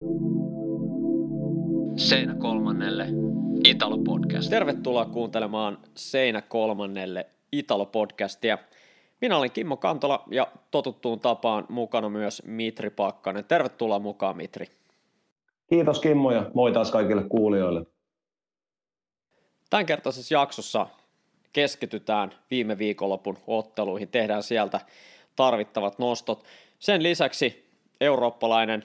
Seinä kolmannelle Italo-podcast. Tervetuloa kuuntelemaan Seinä kolmannelle Italo-podcastia. Minä olen Kimmo Kantola ja totuttuun tapaan mukana myös Mitri Pakkanen. Tervetuloa mukaan, Mitri. Kiitos Kimmo ja moi taas kaikille kuulijoille. Tämänkertaisessa jaksossa keskitytään viime viikonlopun otteluihin, tehdään sieltä tarvittavat nostot. Sen lisäksi eurooppalainen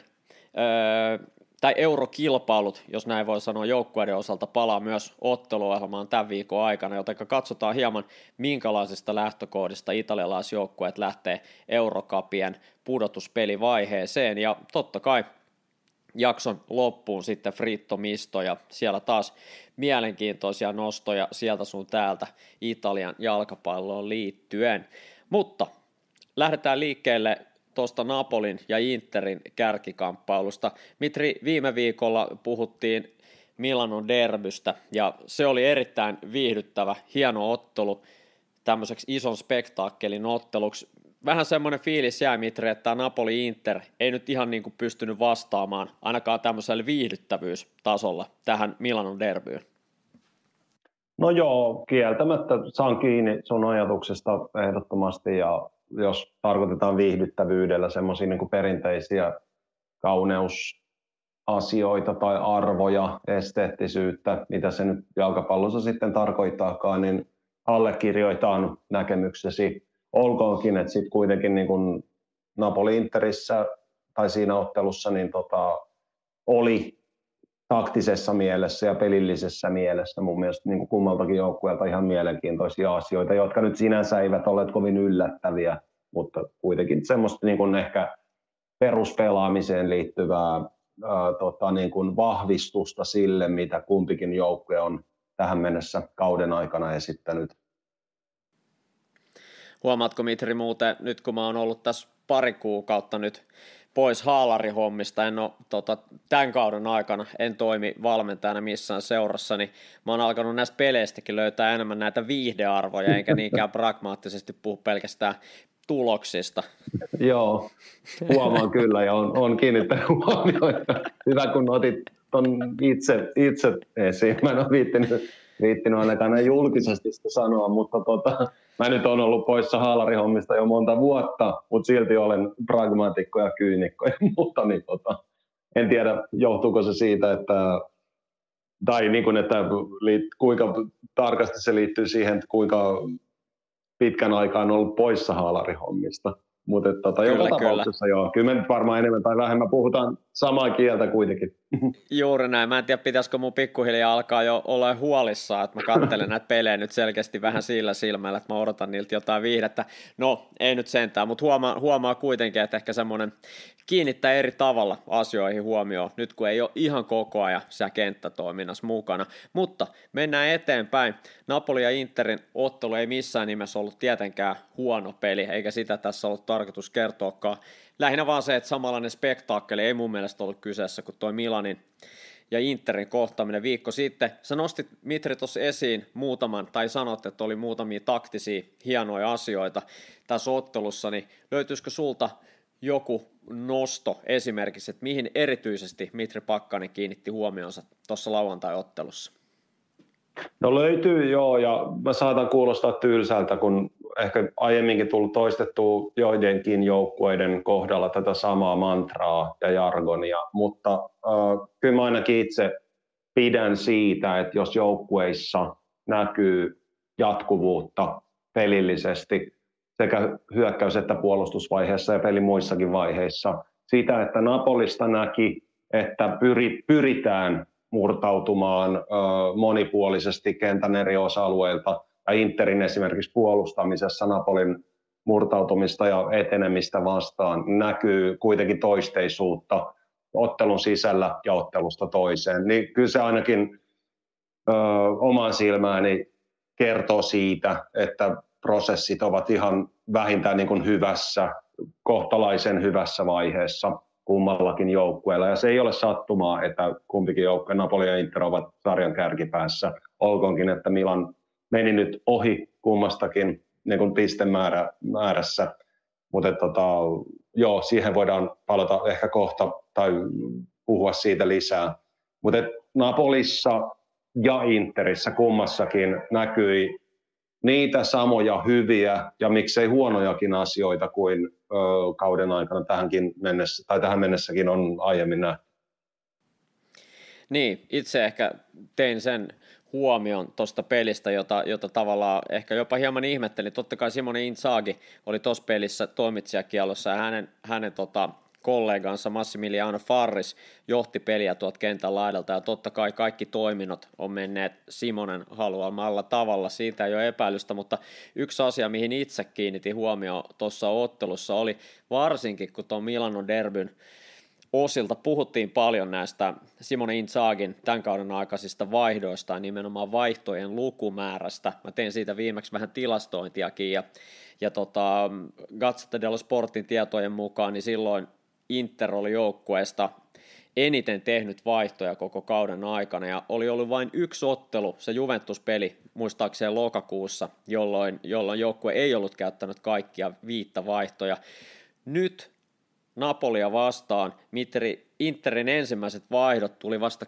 tai eurokilpailut, jos näin voi sanoa, joukkueiden osalta palaa myös otteluohjelmaan tämän viikon aikana, joten katsotaan hieman minkälaisista lähtökohdista italialaisjoukkueet lähtee Eurocupien pudotuspelivaiheeseen, ja totta kai jakson loppuun sitten Fritto Misto, ja siellä taas mielenkiintoisia nostoja sieltä sun täältä Italian jalkapalloon liittyen, mutta lähdetään liikkeelle tuosta Napolin ja Interin kärkikamppailusta. Mitri, viime viikolla puhuttiin Milanon derbystä, ja se oli erittäin viihdyttävä, hieno ottelu tämmöiseksi ison spektaakkelin otteluksi. Vähän semmoinen fiilis jäi, Mitri, että Napoli-Inter ei nyt ihan niin kuin pystynyt vastaamaan ainakaan tämmöisellä viihdyttävyystasolla tähän Milanon derbyyn. No joo, kieltämättä saan kiinni sun ajatuksesta ehdottomasti, ja jos tarkoitetaan viihdyttävyydellä semmoisia niin kuin perinteisiä kauneusasioita tai arvoja, esteettisyyttä, mitä se nyt jalkapallossa sitten tarkoittaakaan, niin allekirjoitan näkemyksesi. Olkoonkin, että sitten kuitenkin niin kuin Napoli-Interissä tai siinä ottelussa niin oli taktisessa mielessä ja pelillisessä mielessä mun mielestä niin kuin kummaltakin joukkueelta ihan mielenkiintoisia asioita, jotka nyt sinänsä eivät ole kovin yllättäviä, mutta kuitenkin semmoista niin kuin ehkä peruspelaamiseen liittyvää niin kuin vahvistusta sille, mitä kumpikin joukkue on tähän mennessä kauden aikana esittänyt. Huomaatko, Mitri, muuten, nyt kun mä oon ollut tässä pari kuukautta nyt pois haalarihommista, en ole tämän kauden aikana, en toimi valmentajana missään seurassa, niin mä oon alkanut näistä peleistäkin löytää enemmän näitä viihdearvoja, enkä niinkään pragmaattisesti puhu pelkästään tuloksista. Joo, huomaan kyllä, ja on kiinnittänyt huomioon. Hyvä, kun otit ton itse esiin. Mä en ole viittinyt ainakaan julkisesti sitä sanoa, mutta mä nyt oon ollut poissa haalarihommista jo monta vuotta, mutta silti olen pragmaatikko ja kyynikko ja muuta, niin en tiedä, johtuuko se siitä, että kuinka tarkasti se liittyy siihen, että kuinka pitkän aikaa on ollut poissa haalarihommista. Mutta joka tapauksessa joo, kyllä me nyt varmaan enemmän tai vähemmän puhutaan samaa kieltä kuitenkin. Juuri näin. Mä en tiedä, pitäisikö mun pikkuhiljaa alkaa jo olla huolissaan, että mä katselen näitä pelejä nyt selkeästi vähän sillä silmällä, että mä odotan niiltä jotain viihdettä. No, ei nyt sentään, mutta huomaa kuitenkin, että ehkä semmoinen kiinnittää eri tavalla asioihin huomioon, nyt kun ei ole ihan koko ajan siellä kenttätoiminnassa mukana. Mutta mennään eteenpäin. Napoli ja Interin ottelu ei missään nimessä ollut tietenkään huono peli, eikä sitä tässä ollut tarkoitus kertoakaan. Lähinnä vaan se, että samanlainen spektaakkeli ei mun mielestä ollut kyseessä kuin toi Milanin ja Interin kohtaaminen viikko sitten. Sä nostit, Mitri, tuossa esiin muutaman, tai sanot, että oli muutamia taktisia hienoja asioita tässä ottelussa, niin löytyisikö sulta joku nosto esimerkiksi, että mihin erityisesti Mitri Pakkanen kiinnitti huomionsa tuossa lauantai-ottelussa? No löytyy joo, ja mä saatan kuulostaa tylsältä, kun ehkä aiemminkin tullut toistettua joidenkin joukkueiden kohdalla tätä samaa mantraa ja jargonia, mutta kyllä mä ainakin itse pidän siitä, että jos joukkueissa näkyy jatkuvuutta pelillisesti sekä hyökkäys- että puolustusvaiheessa ja pelin muissakin vaiheissa, sitä, että Napolista näki, että pyritään murtautumaan monipuolisesti kentän eri osa-alueilta, ja Interin esimerkiksi puolustamisessa Napolin murtautumista ja etenemistä vastaan näkyy kuitenkin toisteisuutta ottelun sisällä ja ottelusta toiseen. Niin kyllä se ainakin omaan silmääni kertoo siitä, että prosessit ovat ihan vähintään niin kuin kohtalaisen hyvässä vaiheessa kummallakin joukkueella. Ja se ei ole sattumaa, että kumpikin joukkue, Napoli ja Inter, ovat sarjan kärkipäässä. Olkoonkin, että Milan meni nyt ohi kummastakin niin kuin pistemäärässä. Mutta joo, siihen voidaan palata ehkä kohta tai puhua siitä lisää. Mutta Napolissa ja Interissä kummassakin näkyi niitä samoja hyviä ja miksei huonojakin asioita kuin kauden aikana tähän mennessäkin on aiemmin nähty. Niin, itse ehkä tein sen huomion tuosta pelistä, jota tavallaan ehkä jopa hieman ihmettelin. Totta kai Simone Inzaghi oli tuossa pelissä toimitsijakielossa ja hänen kollegansa Massimiliano Farris johti peliä tuolta kentän laidalta ja totta kai kaikki toiminnot on menneet Simonen haluamalla tavalla, siitä ei ole epäilystä, mutta yksi asia, mihin itse kiinnitin huomioon tuossa ottelussa oli varsinkin, kun tuon Milanon derbyn osilta puhuttiin paljon näistä Simone Inzaghin tämän kauden aikaisista vaihdoista ja nimenomaan vaihtojen lukumäärästä. Mä tein siitä viimeksi vähän tilastointiakin ja Gazzetta dello Sportin tietojen mukaan niin silloin Inter oli joukkueesta eniten tehnyt vaihtoja koko kauden aikana ja oli ollut vain yksi ottelu, se Juventus-peli muistaakseni lokakuussa, jolloin joukkue ei ollut käyttänyt kaikkia 5 vaihtoja. Nyt Napolia vastaan Interin ensimmäiset vaihdot tuli vasta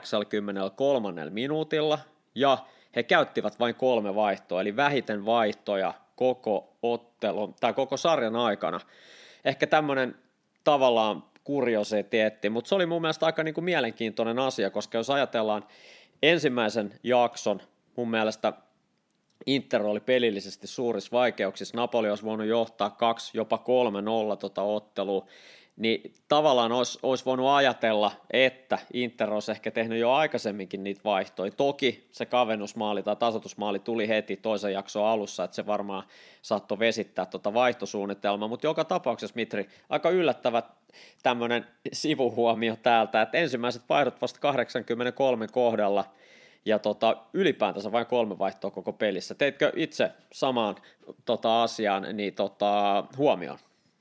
83. minuutilla ja he käyttivät vain 3 vaihtoa, eli vähiten vaihtoja koko ottelun tai koko sarjan aikana. Ehkä tämmöinen tavallaan kuriositeetti, mutta se oli mun mielestä aika niin kuin mielenkiintoinen asia, koska jos ajatellaan ensimmäisen jakson, mun mielestä Inter oli pelillisesti suurissa vaikeuksissa, Napoli olisi voinut johtaa 2, jopa 3-0 ottelua, niin tavallaan olisi voinut ajatella, että Inter olisi ehkä tehnyt jo aikaisemminkin niitä vaihtoja. Toki se kavennusmaali tai tasoitusmaali tuli heti toisen jakson alussa, että se varmaan saattoi vesittää vaihtosuunnitelmaa, mutta joka tapauksessa, Mitri, aika yllättävä tämmöinen sivuhuomio täältä, että ensimmäiset vaihdot vasta 83 kohdalla, ja ylipäätänsä vain 3 vaihtoa koko pelissä. Teitkö itse samaan asiaan niin huomioon?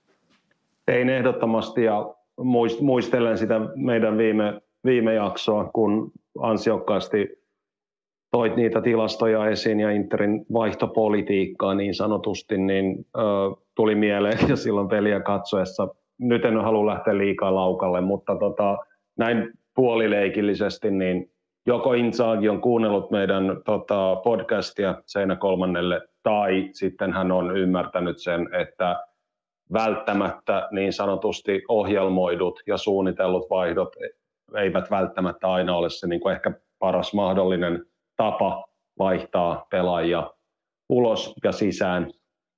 Tein ehdottomasti ja muistelen sitä meidän viime jaksoa, kun ansiokkaasti toit niitä tilastoja esiin ja Interin vaihtopolitiikkaa niin sanotusti, niin tuli mieleen ja silloin peliä katsoessa. Nyt en halua lähteä liikaa laukalle, mutta näin puolileikillisesti, niin joko Inzaghi on kuunnellut meidän podcastia Seinä kolmannelle, tai sitten hän on ymmärtänyt sen, että välttämättä niin sanotusti ohjelmoidut ja suunnitellut vaihdot eivät välttämättä aina ole se niin kuin ehkä paras mahdollinen tapa vaihtaa pelaajia ulos ja sisään.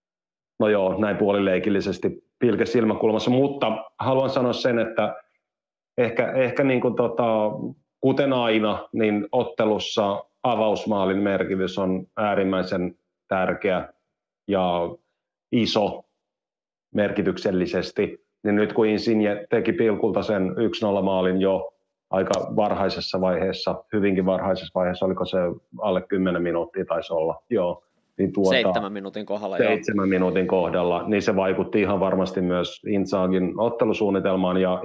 No joo, näin puolileikillisesti pilke silmäkulmassa, mutta haluan sanoa sen, että ehkä niin kuin kuten aina, niin ottelussa avausmaalin merkitys on äärimmäisen tärkeä ja iso merkityksellisesti. Niin nyt kun Insigne teki pilkulta sen 1-0 maalin jo aika varhaisessa vaiheessa, hyvinkin varhaisessa vaiheessa, oliko se alle 10 minuuttia taisi olla, joo. Niin 7 minuutin kohdalla. 7 minuutin kohdalla, niin se vaikutti ihan varmasti myös Inzaghin ottelusuunnitelmaan ja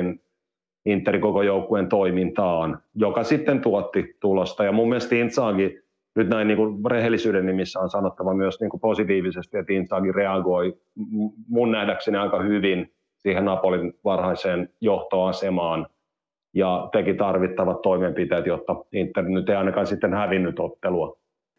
Interin koko joukkueen toimintaan, joka sitten tuotti tulosta. Ja mun mielestä Inzaghi, nyt näin niin kuin rehellisyyden nimissä on sanottava myös niin kuin positiivisesti, että Inzaghi reagoi mun nähdäkseni aika hyvin siihen Napolin varhaiseen johtoasemaan ja teki tarvittavat toimenpiteet, jotta Inter nyt ei ainakaan sitten hävinnyt ottelua.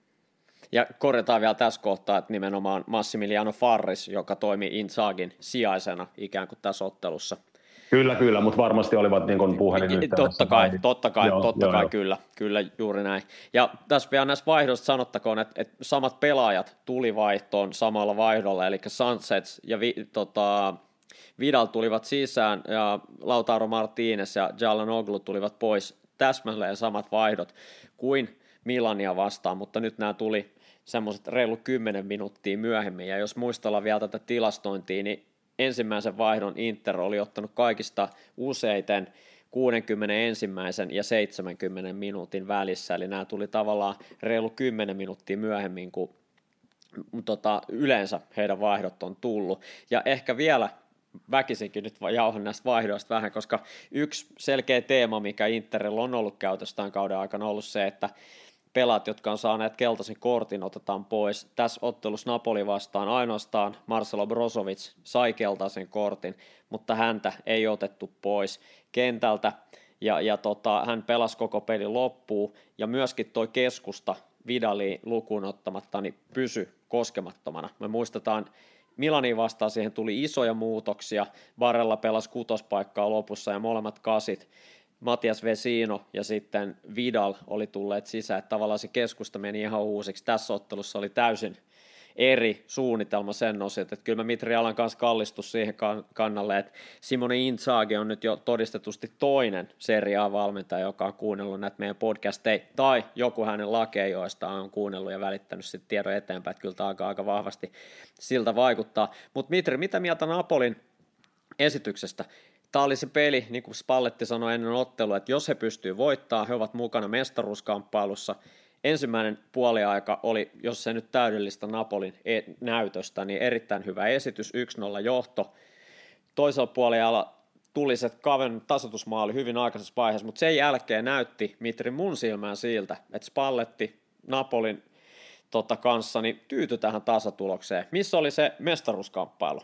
Ja korjataan vielä tässä kohtaa, että nimenomaan Massimiliano Farris, joka toimi Inzaghin sijaisena ikään kuin tässä ottelussa. Kyllä, mutta varmasti olivat niin kuin puhelinyhteydessä. Totta kai, kyllä, juuri näin. Ja tässä vielä näistä vaihdoista sanottakoon, että samat pelaajat tuli vaihtoon samalla vaihdolla, eli Sanchez ja Vidal tulivat sisään, ja Lautaro Martínez ja Çalhanoğlu tulivat pois täsmälleen samat vaihdot kuin Milania vastaan, mutta nyt nämä tuli semmoiset reilu 10 minuuttia myöhemmin, ja jos muistellaan vielä tätä tilastointia, niin ensimmäisen vaihdon Inter oli ottanut kaikista useiten 61. ja 70 minuutin välissä, eli nämä tuli tavallaan reilu 10 minuuttia myöhemmin kuin yleensä heidän vaihdot on tullut. Ja ehkä vielä väkisinkin nyt jauhan näistä vaihdoista vähän, koska yksi selkeä teema, mikä Interillä on ollut käytössä tämän kauden aikana, on ollut se, että pelaat, jotka on saaneet keltaisen kortin, otetaan pois. Tässä ottelussa Napoli vastaan ainoastaan Marcelo Brozovic sai keltaisen kortin, mutta häntä ei otettu pois kentältä. hän pelasi koko pelin loppuun, ja myöskin toi keskusta Vidaliin lukuun ottamatta niin pysy koskemattomana. Me muistetaan, Milaniin vastaan siihen tuli isoja muutoksia, Barella pelasi kutospaikkaa lopussa ja molemmat kasit, Matias Vecino ja sitten Vidal oli tulleet sisään, että tavallaan se keskusta meni ihan uusiksi. Tässä ottelussa oli täysin eri suunnitelma sen osalta, että kyllä mä Mitri Alan kanssa kallistus siihen kannalle, että Simone Inzaghi on nyt jo todistetusti toinen Serie A-valmentaja, joka on kuunnellut näitä meidän podcasteja, tai joku hänen lakejoista on kuunnellut ja välittänyt sitten tiedon eteenpäin, että kyllä tämä aika vahvasti siltä vaikuttaa. Mutta Mitri, mitä mieltä Napolin esityksestä? Tämä oli se peli, niin kuin Spalletti sanoi ennen ottelua, että jos he pystyvät voittamaan, he ovat mukana mestaruuskamppailussa. Ensimmäinen puoliaika oli, jos se nyt täydellistä Napolin näytöstä, niin erittäin hyvä esitys, 1-0 johto. Toisella puoliajalla tuli se kaven tasoitusmaali hyvin aikaisessa vaiheessa, mutta sen jälkeen näytti Mitri mun silmään siltä, että Spalletti Napolin kanssa niin tyytyi tähän tasatulokseen. Missä oli se mestaruuskamppailu?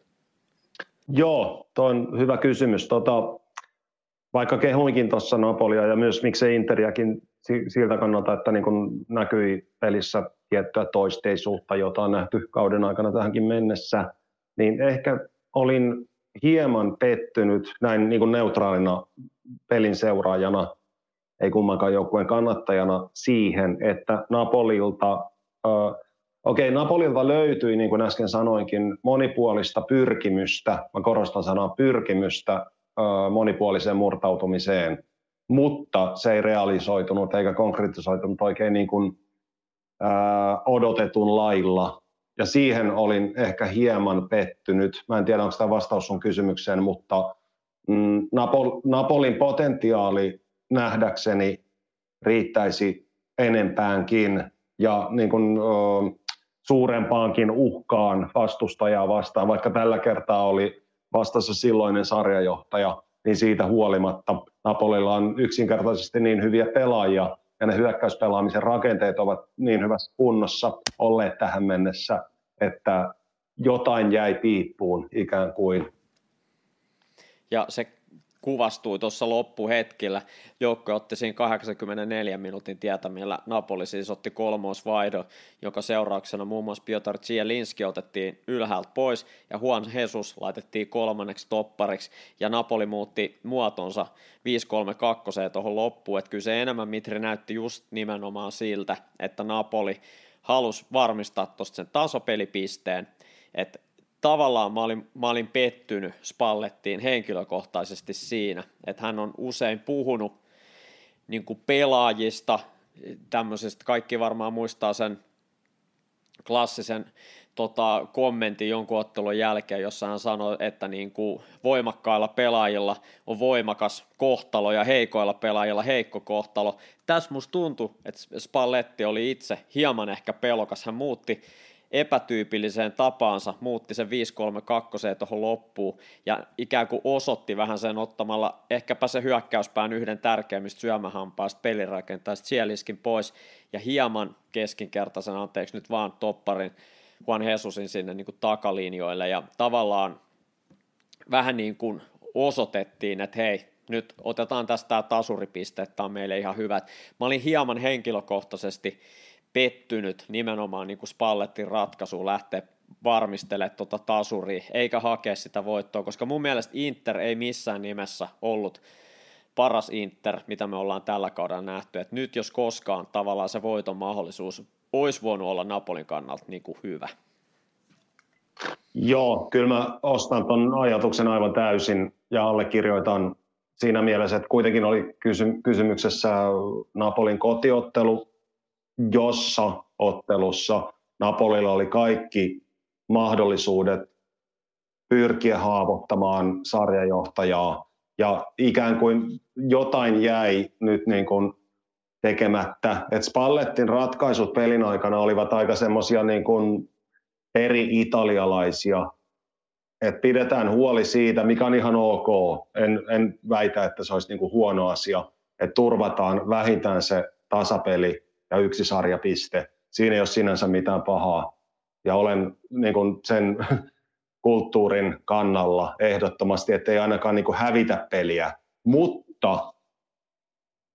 Joo, tuo on hyvä kysymys. Vaikka kehuinkin tuossa Napolia ja myös miksei Interiäkin siltä kannalta, että niin kun näkyi pelissä tiettyä toisteisuutta, jota on nähty kauden aikana tähänkin mennessä, niin ehkä olin hieman pettynyt näin niin kuin neutraalina pelin seuraajana, ei kummankaan joukkueen kannattajana, siihen, että Napolilta löytyi, niin kuin äsken sanoinkin, monipuolista pyrkimystä, mä korostan sanaa pyrkimystä, monipuoliseen murtautumiseen, mutta se ei realisoitunut eikä konkretisoitunut oikein niin kuin, odotetun lailla. Ja siihen olin ehkä hieman pettynyt. Mä en tiedä, onko tämä vastaus sun kysymykseen, mutta Napolin potentiaali nähdäkseni riittäisi enempäänkin ja niin kuin, suurempaankin uhkaan vastustajaa vastaan, vaikka tällä kertaa oli vastassa silloinen sarjajohtaja, niin siitä huolimatta Napolilla on yksinkertaisesti niin hyviä pelaajia ja ne hyökkäyspelaamisen rakenteet ovat niin hyvässä kunnossa olleet tähän mennessä, että jotain jäi piippuun ikään kuin. Ja se kuvastui tuossa loppuhetkellä. Joukko otti siinä 84 minuutin tietämillä. Napoli siis otti kolmosvaihdon, joka seurauksena muun muassa Piotr Zielinski otettiin ylhäältä pois ja Juan Jesus laitettiin kolmanneksi toppariksi ja Napoli muutti muotonsa 5-3-2 tuohon loppuun. Että kyllä se enemmän Mitri näytti just nimenomaan siltä, että Napoli halusi varmistaa tuosta sen tasopelipisteen, että tavallaan mä olin pettynyt Spallettiin henkilökohtaisesti siinä, että hän on usein puhunut niin kuin pelaajista, tämmöisestä, kaikki varmaan muistaa sen klassisen kommentin jonkun ottelun jälkeen, jossa hän sanoi, että niin kuin voimakkailla pelaajilla on voimakas kohtalo ja heikoilla pelaajilla heikko kohtalo. Tässä musta tuntui, että Spalletti oli itse hieman ehkä pelokas, hän muutti epätyypilliseen tapaansa, muutti sen 5-3-2 tuohon loppuun ja ikään kuin osoitti vähän sen ottamalla ehkäpä se hyökkäyspään yhden tärkeimmistä syömähampaista pelirakentajista Zieliskin pois ja hieman keskinkertaisen, anteeksi nyt vaan topparin Juan Jesusin sinne niin kuin takalinjoille ja tavallaan vähän niin kuin osoitettiin, että hei, nyt otetaan tästä tämä tasuripiste, että on meille ihan hyvä. Mä olin hieman henkilökohtaisesti pettynyt nimenomaan niin kuin Spallettin ratkaisuun lähteä varmistelemaan tasuria, eikä hakea sitä voittoa, koska mun mielestä Inter ei missään nimessä ollut paras Inter, mitä me ollaan tällä kaudella nähty, että nyt jos koskaan tavallaan se voiton mahdollisuus olisi voinut olla Napolin kannalta niin kuin hyvä. Joo, kyllä mä ostan ton ajatuksen aivan täysin ja allekirjoitan siinä mielessä, että kuitenkin oli kysymyksessä Napolin kotiottelu, jossa ottelussa Napolilla oli kaikki mahdollisuudet pyrkiä haavoittamaan sarjajohtajaa ja ikään kuin jotain jäi nyt niin kuin tekemättä. Et Spallettin ratkaisut pelin aikana olivat aika semmoisia niin kuin eri italialaisia, että pidetään huoli siitä, mikä on ihan ok. En väitä, että se olisi niin kuin huono asia, että turvataan vähintään se tasapeli ja yksi sarjapiste. Siinä ei ole sinänsä mitään pahaa. Ja olen niin kuin sen kulttuurin kannalla ehdottomasti, ettei ainakaan niin kuin hävitä peliä. Mutta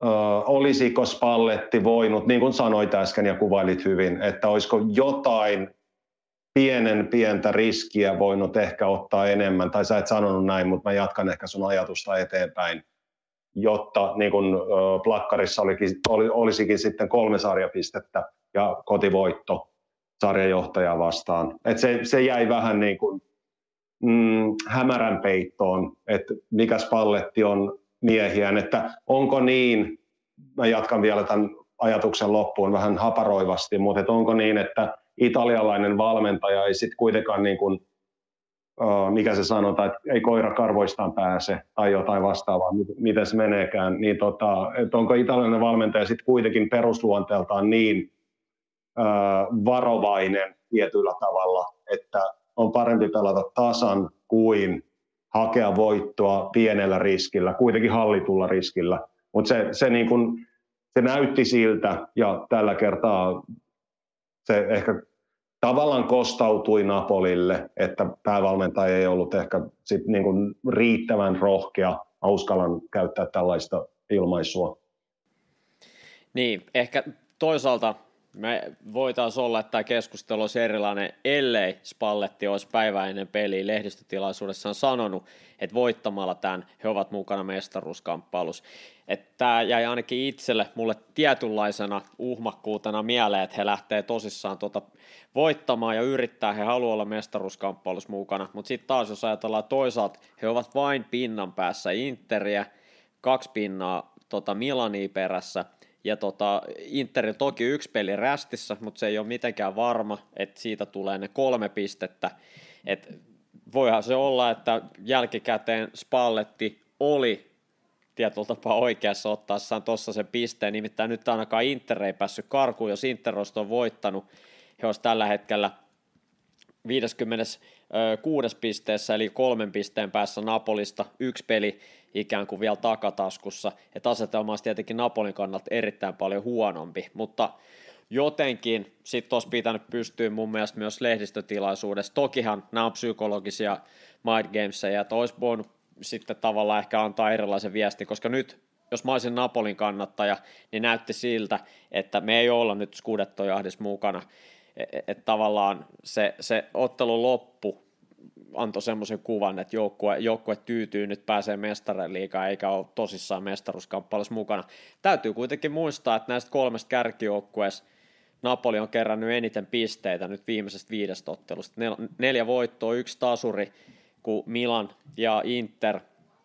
olisiko Spalletti voinut, niin kuin sanoit äsken ja kuvailit hyvin, että olisiko jotain pientä riskiä voinut ehkä ottaa enemmän, tai sä et sanonut näin, mutta mä jatkan ehkä sun ajatusta eteenpäin, jotta niin kuin plakkarissa olisikin sitten 3 sarjapistettä ja kotivoitto sarjajohtajaa vastaan. Et se jäi vähän niin kuin hämärän peittoon, että mikä Spalletti on miehiään, että onko niin, mä jatkan vielä tämän ajatuksen loppuun vähän haparoivasti, mutta että onko niin, että italialainen valmentaja ei sitten kuitenkaan niin kuin, mikä se sanotaan, että ei koira karvoistaan pääse tai jotain vastaavaa, miten se meneekään, niin että onko italialainen valmentaja sitten kuitenkin perusluonteeltaan niin varovainen tietyllä tavalla, että on parempi pelata tasan kuin hakea voittoa pienellä riskillä, kuitenkin hallitulla riskillä, mutta se näytti siltä ja tällä kertaa se ehkä tavallaan kostautui Napolille, että päävalmentaja ei ollut ehkä sit niin kuin riittävän rohkea, uskallan käyttää tällaista ilmaisua. Niin, ehkä toisaalta me voitaisiin olla, että tämä keskustelu olisi erilainen, ellei Spalletti olisi päivää ennen peliä lehdistötilaisuudessaan sanonut, että voittamalla tämän he ovat mukana mestaruuskamppailussa. Että tämä jäi ainakin itselle, mulle tietynlaisena uhmakkuutena mieleen, että he lähtee tosissaan voittamaan ja yrittää, he haluaa olla mestaruuskamppailussa mukana, mutta sitten taas jos ajatellaan toisaalta, he ovat vain pinnan päässä Interiä, 2 pinnaa Milania perässä, ja Interillä toki 1 peli rästissä, mutta se ei ole mitenkään varma, että siitä tulee ne 3 pistettä. Et voihan se olla, että jälkikäteen Spalletti oli tietyllä tapaa oikeassa ottaessaan tuossa sen pisteen, nimittäin nyt ainakaan Inter ei päässyt karkuun, jos Inter olisi voittanut, he olisi tällä hetkellä 56 pisteessä, eli 3 pisteen päässä Napolista, 1 peli ikään kuin vielä takataskussa, että asetelma olisi tietenkin Napolin kannalta erittäin paljon huonompi, mutta jotenkin sitten olisi pitänyt pystyä mun mielestä myös lehdistötilaisuudessa, tokihan nämä on psykologisia mind gamesia, että olisi voinut sitten tavallaan ehkä antaa erilaisen viestin, koska nyt, jos mä olisin Napolin kannattaja, niin näytti siltä, että me ei olla nyt Scudetto-jahdissa mukana, että tavallaan se ottelun loppu antoi semmoisen kuvan, että joukkue tyytyy nyt pääsee mestareen liigaan eikä ole tosissaan mestaruuskamppailussa mukana. Täytyy kuitenkin muistaa, että näistä 3 kärkijoukkueesta Napoli on kerännyt eniten pisteitä nyt viimeisestä 5 ottelusta. 4 voittoa, 1 tasuri, kun Milan ja Inter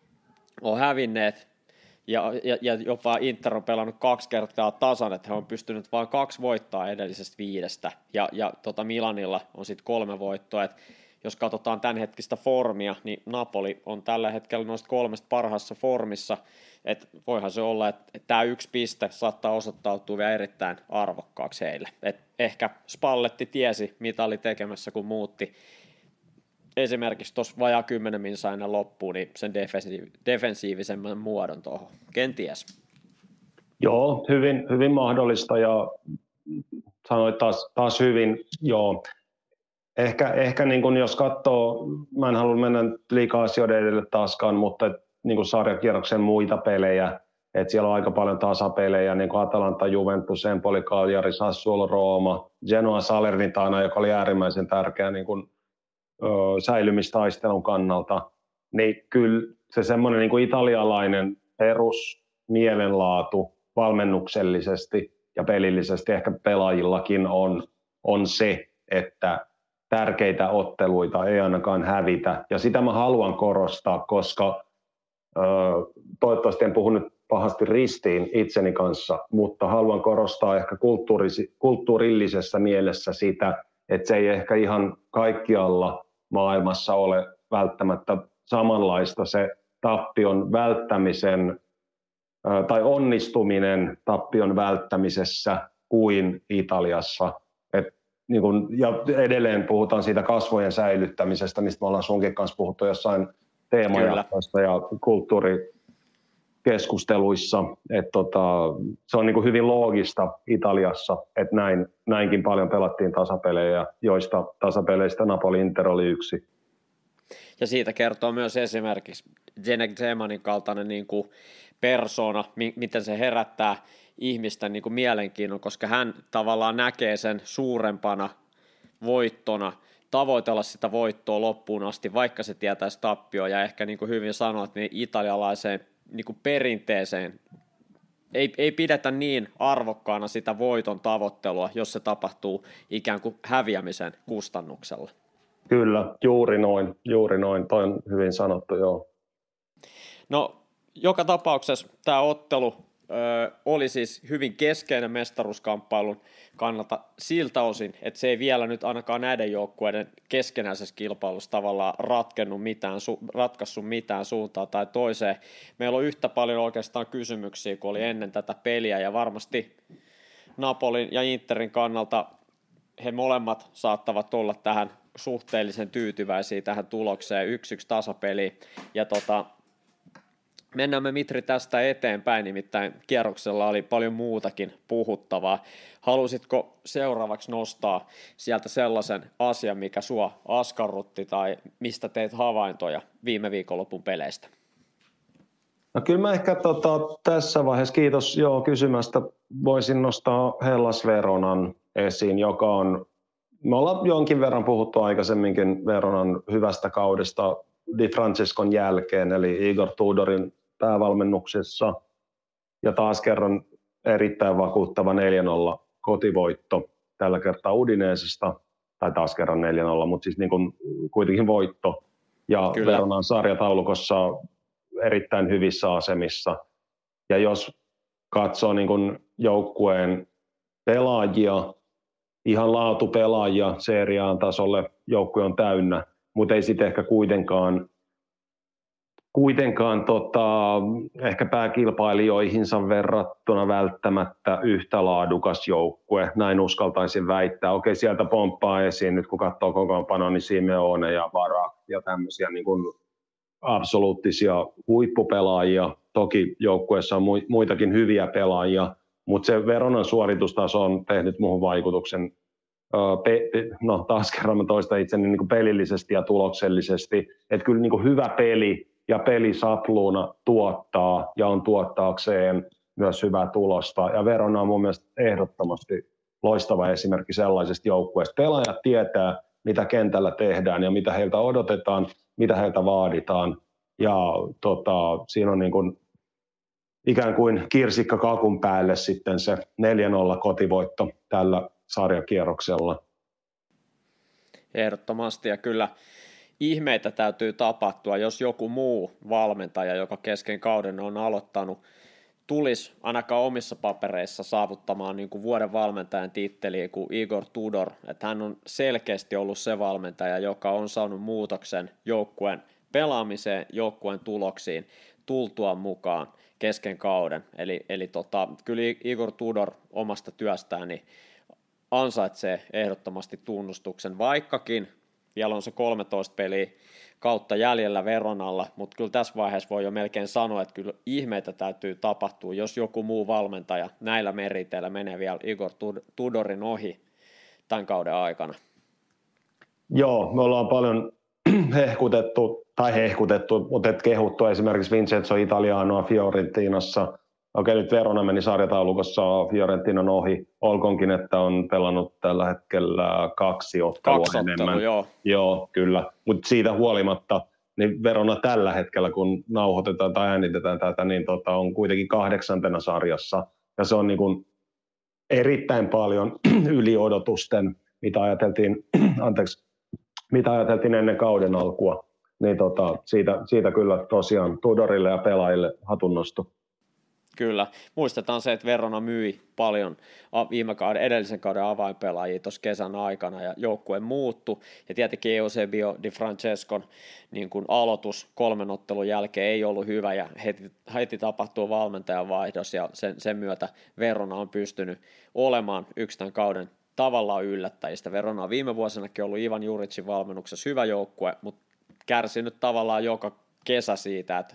on hävinneet. Ja jopa Inter on pelannut 2 kertaa tasan, että he on pystynyt vain 2 voittaa edellisestä 5. Ja Milanilla on sitten 3 voittoa. Et jos katsotaan tämänhetkistä formia, niin Napoli on tällä hetkellä noista 3 parhaassa formissa. Et voihan se olla, että tämä 1 piste saattaa osoittautua vielä erittäin arvokkaaksi heille. Et ehkä Spalletti tiesi, mitä oli tekemässä, kun muutti esimerkiksi tuossa vajaa 10 minsaa ennen loppuun, niin sen defensiivisemmän muodon tuohon. Kenties. Joo, hyvin mahdollista ja sanoit taas hyvin, joo. Ehkä niin kun jos katsoo, mä en halua mennä liikaa asioiden edelle taaskaan, mutta niin kuin sarjakierroksen muita pelejä, että siellä on aika paljon tasapelejä, niin kuin Atalanta, Juventus, Empoli, Cagliari, Sassuolo, Rooma, Genoa, Salernitana, joka oli äärimmäisen tärkeä niin kuin säilymistaistelun kannalta, niin kyllä se semmoinen niin kuin italialainen perusmielenlaatu valmennuksellisesti ja pelillisesti ehkä pelaajillakin on se, että tärkeitä otteluita ei ainakaan hävitä. Ja sitä mä haluan korostaa, koska toivottavasti en puhu nyt pahasti ristiin itseni kanssa, mutta haluan korostaa ehkä kulttuurillisessa mielessä sitä, että se ei ehkä ihan kaikkialla maailmassa ole välttämättä samanlaista se tappion välttämisen tai onnistuminen tappion välttämisessä kuin Italiassa. Niin kun, ja edelleen puhutaan siitä kasvojen säilyttämisestä, mistä me ollaan sunkin kanssa puhuttu jossain teemajaksoissa ja kulttuurikeskusteluissa. Se on niin kuin hyvin loogista Italiassa, että näinkin paljon pelattiin tasapelejä, joista tasapeleistä Napoli-Inter oli 1. Ja siitä kertoo myös esimerkiksi Zdeněk Zemanin kaltainen niin kuin persona, miten se herättää ihmisten niin kuin mielenkiinnon, koska hän tavallaan näkee sen suurempana voittona, tavoitella sitä voittoa loppuun asti, vaikka se tietäisi tappioon, ja ehkä niin kuin hyvin sanoit, niin italialaiseen niin kuin perinteeseen ei pidetä niin arvokkaana sitä voiton tavoittelua, jos se tapahtuu ikään kuin häviämisen kustannuksella. Kyllä, juuri noin, toi on hyvin sanottu, joo. No, joka tapauksessa tämä ottelu oli siis hyvin keskeinen mestaruuskamppailun kannalta siltä osin, että se ei vielä nyt ainakaan näiden joukkueiden keskenäisessä kilpailussa tavallaan ratkaissut mitään suuntaan tai toiseen. Meillä on yhtä paljon oikeastaan kysymyksiä kuin oli ennen tätä peliä, ja varmasti Napolin ja Interin kannalta he molemmat saattavat olla tähän suhteellisen tyytyväisiä tähän tulokseen, 1-1 tasapeli, ja mennään me, Mitri, tästä eteenpäin, nimittäin kierroksella oli paljon muutakin puhuttavaa. Halusitko seuraavaksi nostaa sieltä sellaisen asian, mikä sua askarrutti tai mistä teit havaintoja viime viikonlopun peleistä? No kyllä mä ehkä tässä vaiheessa, kiitos kysymästä, voisin nostaa Hellas Veronan esiin, joka on, me ollaan jonkin verran puhuttu aikaisemminkin Veronan hyvästä kaudesta Di Francescon jälkeen, eli Igor Tudorin päävalmennuksessa, ja taas kerran erittäin vakuuttava 4-0 kotivoitto tällä kertaa Udinesesta, tai taas kerran 4-0, mutta siis niin kuin kuitenkin voitto, ja kyllä. Veronan sarjataulukossa erittäin hyvissä asemissa, ja jos katsoo niin kuin joukkueen pelaajia, ihan laatupelaajia Serie A:n tasolle joukkue on täynnä, mutta ei sitten ehkä kuitenkaan ehkä pääkilpailijoihinsa verrattuna välttämättä yhtä laadukas joukkue, näin uskaltaisin väittää. Okei, sieltä pomppaa esiin, nyt kun katsoo kokoonpanoa, niin Simeone ja Barak ja tämmöisiä niin kuin absoluuttisia huippupelaajia. Toki joukkueessa on muitakin hyviä pelaajia, mutta se Veronan suoritustaso on tehnyt muuhun vaikutuksen. No taas kerran mä toistan itseni niin kuin pelillisesti ja tuloksellisesti, että kyllä niin kuin hyvä peli ja pelisapluuna tuottaa ja on tuottaakseen myös hyvää tulosta. Ja Verona on mun mielestä ehdottomasti loistava esimerkki sellaisesta joukkueesta. Pelaajat tietää, mitä kentällä tehdään ja mitä heiltä odotetaan, mitä heiltä vaaditaan. Ja siinä on niin kuin ikään kuin kirsikka kakun päälle sitten se 4-0 kotivoitto tällä sarjakierroksella. Ehdottomasti, ja kyllä ihmeitä täytyy tapahtua, jos joku muu valmentaja, joka kesken kauden on aloittanut, tulisi ainakaan omissa papereissa saavuttamaan niin kuin vuoden valmentajan titteliä kuin Igor Tudor. Että hän on selkeästi ollut se valmentaja, joka on saanut muutoksen joukkueen pelaamiseen, joukkueen tuloksiin tultua mukaan kesken kauden. Eli kyllä Igor Tudor omasta työstään niin ansaitsee ehdottomasti tunnustuksen, vaikkakin vielä on se 13 peliä kautta jäljellä Veronalla, mutta kyllä tässä vaiheessa voi jo melkein sanoa, että kyllä ihmeitä täytyy tapahtua, jos joku muu valmentaja näillä meriteillä menee vielä Igor Tudorin ohi tämän kauden aikana. Joo, me ollaan paljon hehkutettu, mutta kehuttu esimerkiksi Vincenzo Italianoa Fiorentinassa. Okei, nyt Verona meni sarjataulukossa Fiorentinan ohi. Olkoonkin, että on pelannut tällä hetkellä 2 ottelua enemmän. Joo, kyllä. Mutta siitä huolimatta, niin Verona tällä hetkellä, kun nauhoitetaan tai äänitetään tätä, niin on kuitenkin 8. sarjassa. Ja se on niin kuin erittäin paljon yli odotusten, mitä ajateltiin ennen kauden alkua. Niin siitä kyllä tosiaan Tudorille ja pelaajille hatunnosto. Kyllä. Muistetaan se, että Verona myi paljon edellisen kauden avainpelaajia tuossa kesän aikana ja joukkue muuttui. Ja tietenkin Eusebio Di Francescon niin kuin aloitus 3 ottelun jälkeen ei ollut hyvä ja heti tapahtuu valmentajan vaihdos ja sen myötä Verona on pystynyt olemaan yksi tämän kauden tavallaan yllättäjistä. Verona on viime vuosinakin ollut Ivan Juricin valmennuksessa hyvä joukkue, mutta kärsinyt tavallaan joka kesä siitä, että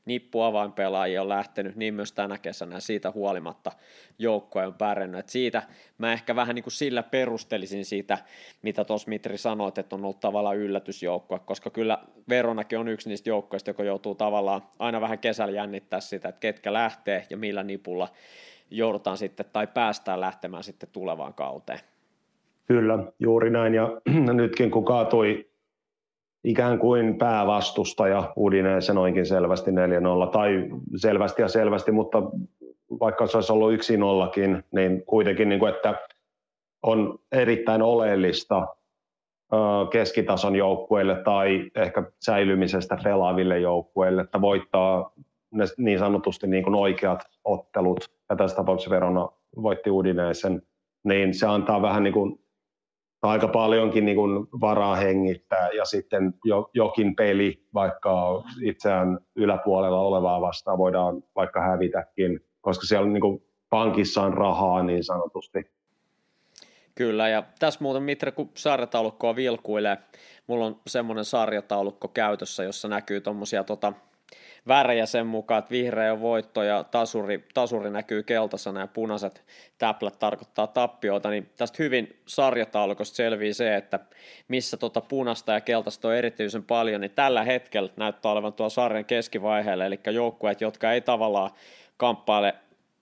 nippuavainpelaajia on lähtenyt, niin myös tänä kesänä, ja siitä huolimatta joukkue on pärjännyt. Et siitä mä ehkä vähän niin kuin sillä perustelisin siitä, mitä tuossa Mitri sanoit, että on ollut tavallaan yllätysjoukkue, koska kyllä Veronakin on yksi niistä joukkoista, joka joutuu tavallaan aina vähän kesällä jännittää sitä, että ketkä lähtee ja millä nipulla joudutaan sitten tai päästään lähtemään sitten tulevaan kauteen. Kyllä, juuri näin. Ja nytkin kun kaatui ikään kuin päävastustaja Udinese noinkin selvästi 4-0, tai selvästi, mutta vaikka se olisi ollut 1-0kin, niin kuitenkin, niin kuin, että on erittäin oleellista keskitason joukkueille tai ehkä säilymisestä pelaaville joukkueille, että voittaa ne niin sanotusti niin kuin oikeat ottelut, ja tässä tapauksessa Verona voitti Udinesen, niin se antaa vähän niin kuin aika paljonkin niin kuin varaa hengittää, ja sitten jokin peli, vaikka itseään yläpuolella olevaa vastaan, voidaan vaikka hävitäkin, koska siellä niin kuin pankissa on rahaa niin sanotusti. Kyllä, ja tässä muuten Mitri, kun sarjataulukkoa vilkuilee, mulla on semmoinen sarjataulukko käytössä, jossa näkyy tuommoisia värejä sen mukaan, että vihreä on voitto ja tasuri näkyy keltaisena ja punaiset täplät tarkoittaa tappioita, niin tästä hyvin sarjataulukosta selvii se, että missä punaista ja keltaista on erityisen paljon, niin tällä hetkellä näyttää olevan tuo sarjan keskivaiheelle, eli joukkueet, jotka ei tavallaan kamppaile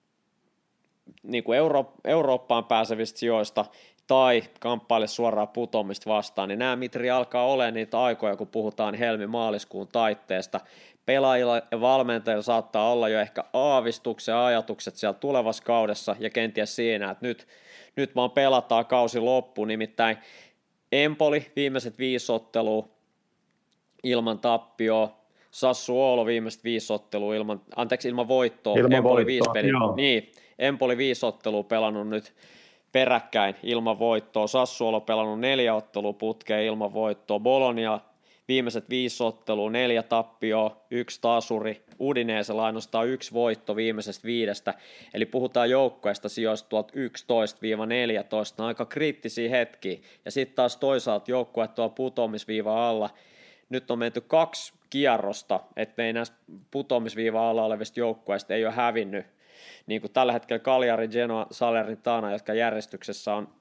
niin kuin Eurooppaan pääsevistä sijoista tai kamppaile suoraan putoamista vastaan, niin nämä, Mitri, alkaa olemaan niitä aikoja, kun puhutaan helmi-maaliskuun taitteesta. Pelaajilla ja valmentajilla saattaa olla jo ehkä aavistuksen ajatukset siellä tulevassa kaudessa ja kenties siinä, että nyt vaan pelataan kausi loppuun, nimittäin Empoli viimeiset 5 ottelua ilman tappioa, Sassuolo viimeiset 5 ottelua ilman voittoa, Empoli 5 peliä, niin, Empoli 5 ottelua pelannut nyt peräkkäin ilman voittoa, Sassuolo pelannut 4 ottelua putkeen ilman voittoa, Bologna viimeiset 5 ottelua, 4 tappioa, 1 tasuri, Udinesella ainoastaan 1 voitto viimeisestä 5, eli puhutaan joukkueesta sijoista tuolta 11-14, aika kriittisiä hetkiä, ja sitten taas toisaalta joukkue tuolla putoamisviivan alla, nyt on menty 2 kierrosta, ettei näistä putoamisviivan alla olevista joukkueista ei ole hävinnyt, niin kuin tällä hetkellä Cagliari, Genoa, Salernitana, jotka järjestyksessä on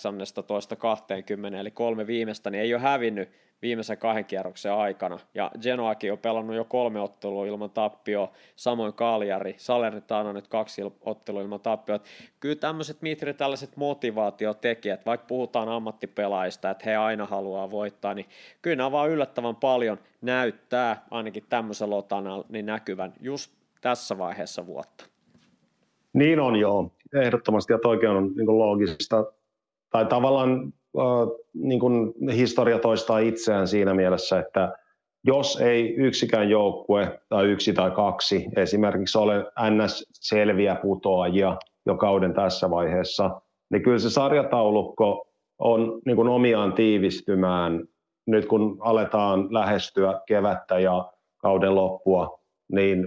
18-20, eli 3 viimeistä, niin ei ole hävinnyt viimeisen 2 kierroksen aikana, ja Genoakin on pelannut jo 3 ottelua ilman tappioa, samoin Cagliari, Salernitana nyt 2 ottelua ilman tappioa. Kyllä tämmöiset, Mitri, tällaiset motivaatiotekijät, vaikka puhutaan ammattipelaajista, että he aina haluaa voittaa, niin kyllä nämä vaan yllättävän paljon näyttää, ainakin tämmöisen lotanalla, niin näkyvän just tässä vaiheessa vuotta. Niin on, joo, ehdottomasti, ja toikin on niin kuin loogista, tai tavallaan niin kuin historia toistaa itseään siinä mielessä, että jos ei yksikään joukkue tai 1 tai 2 esimerkiksi ole NS-selviä putoajia jo kauden tässä vaiheessa, niin kyllä se sarjataulukko on niin kuin omiaan tiivistymään nyt kun aletaan lähestyä kevättä ja kauden loppua, niin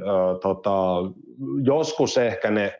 joskus ehkä ne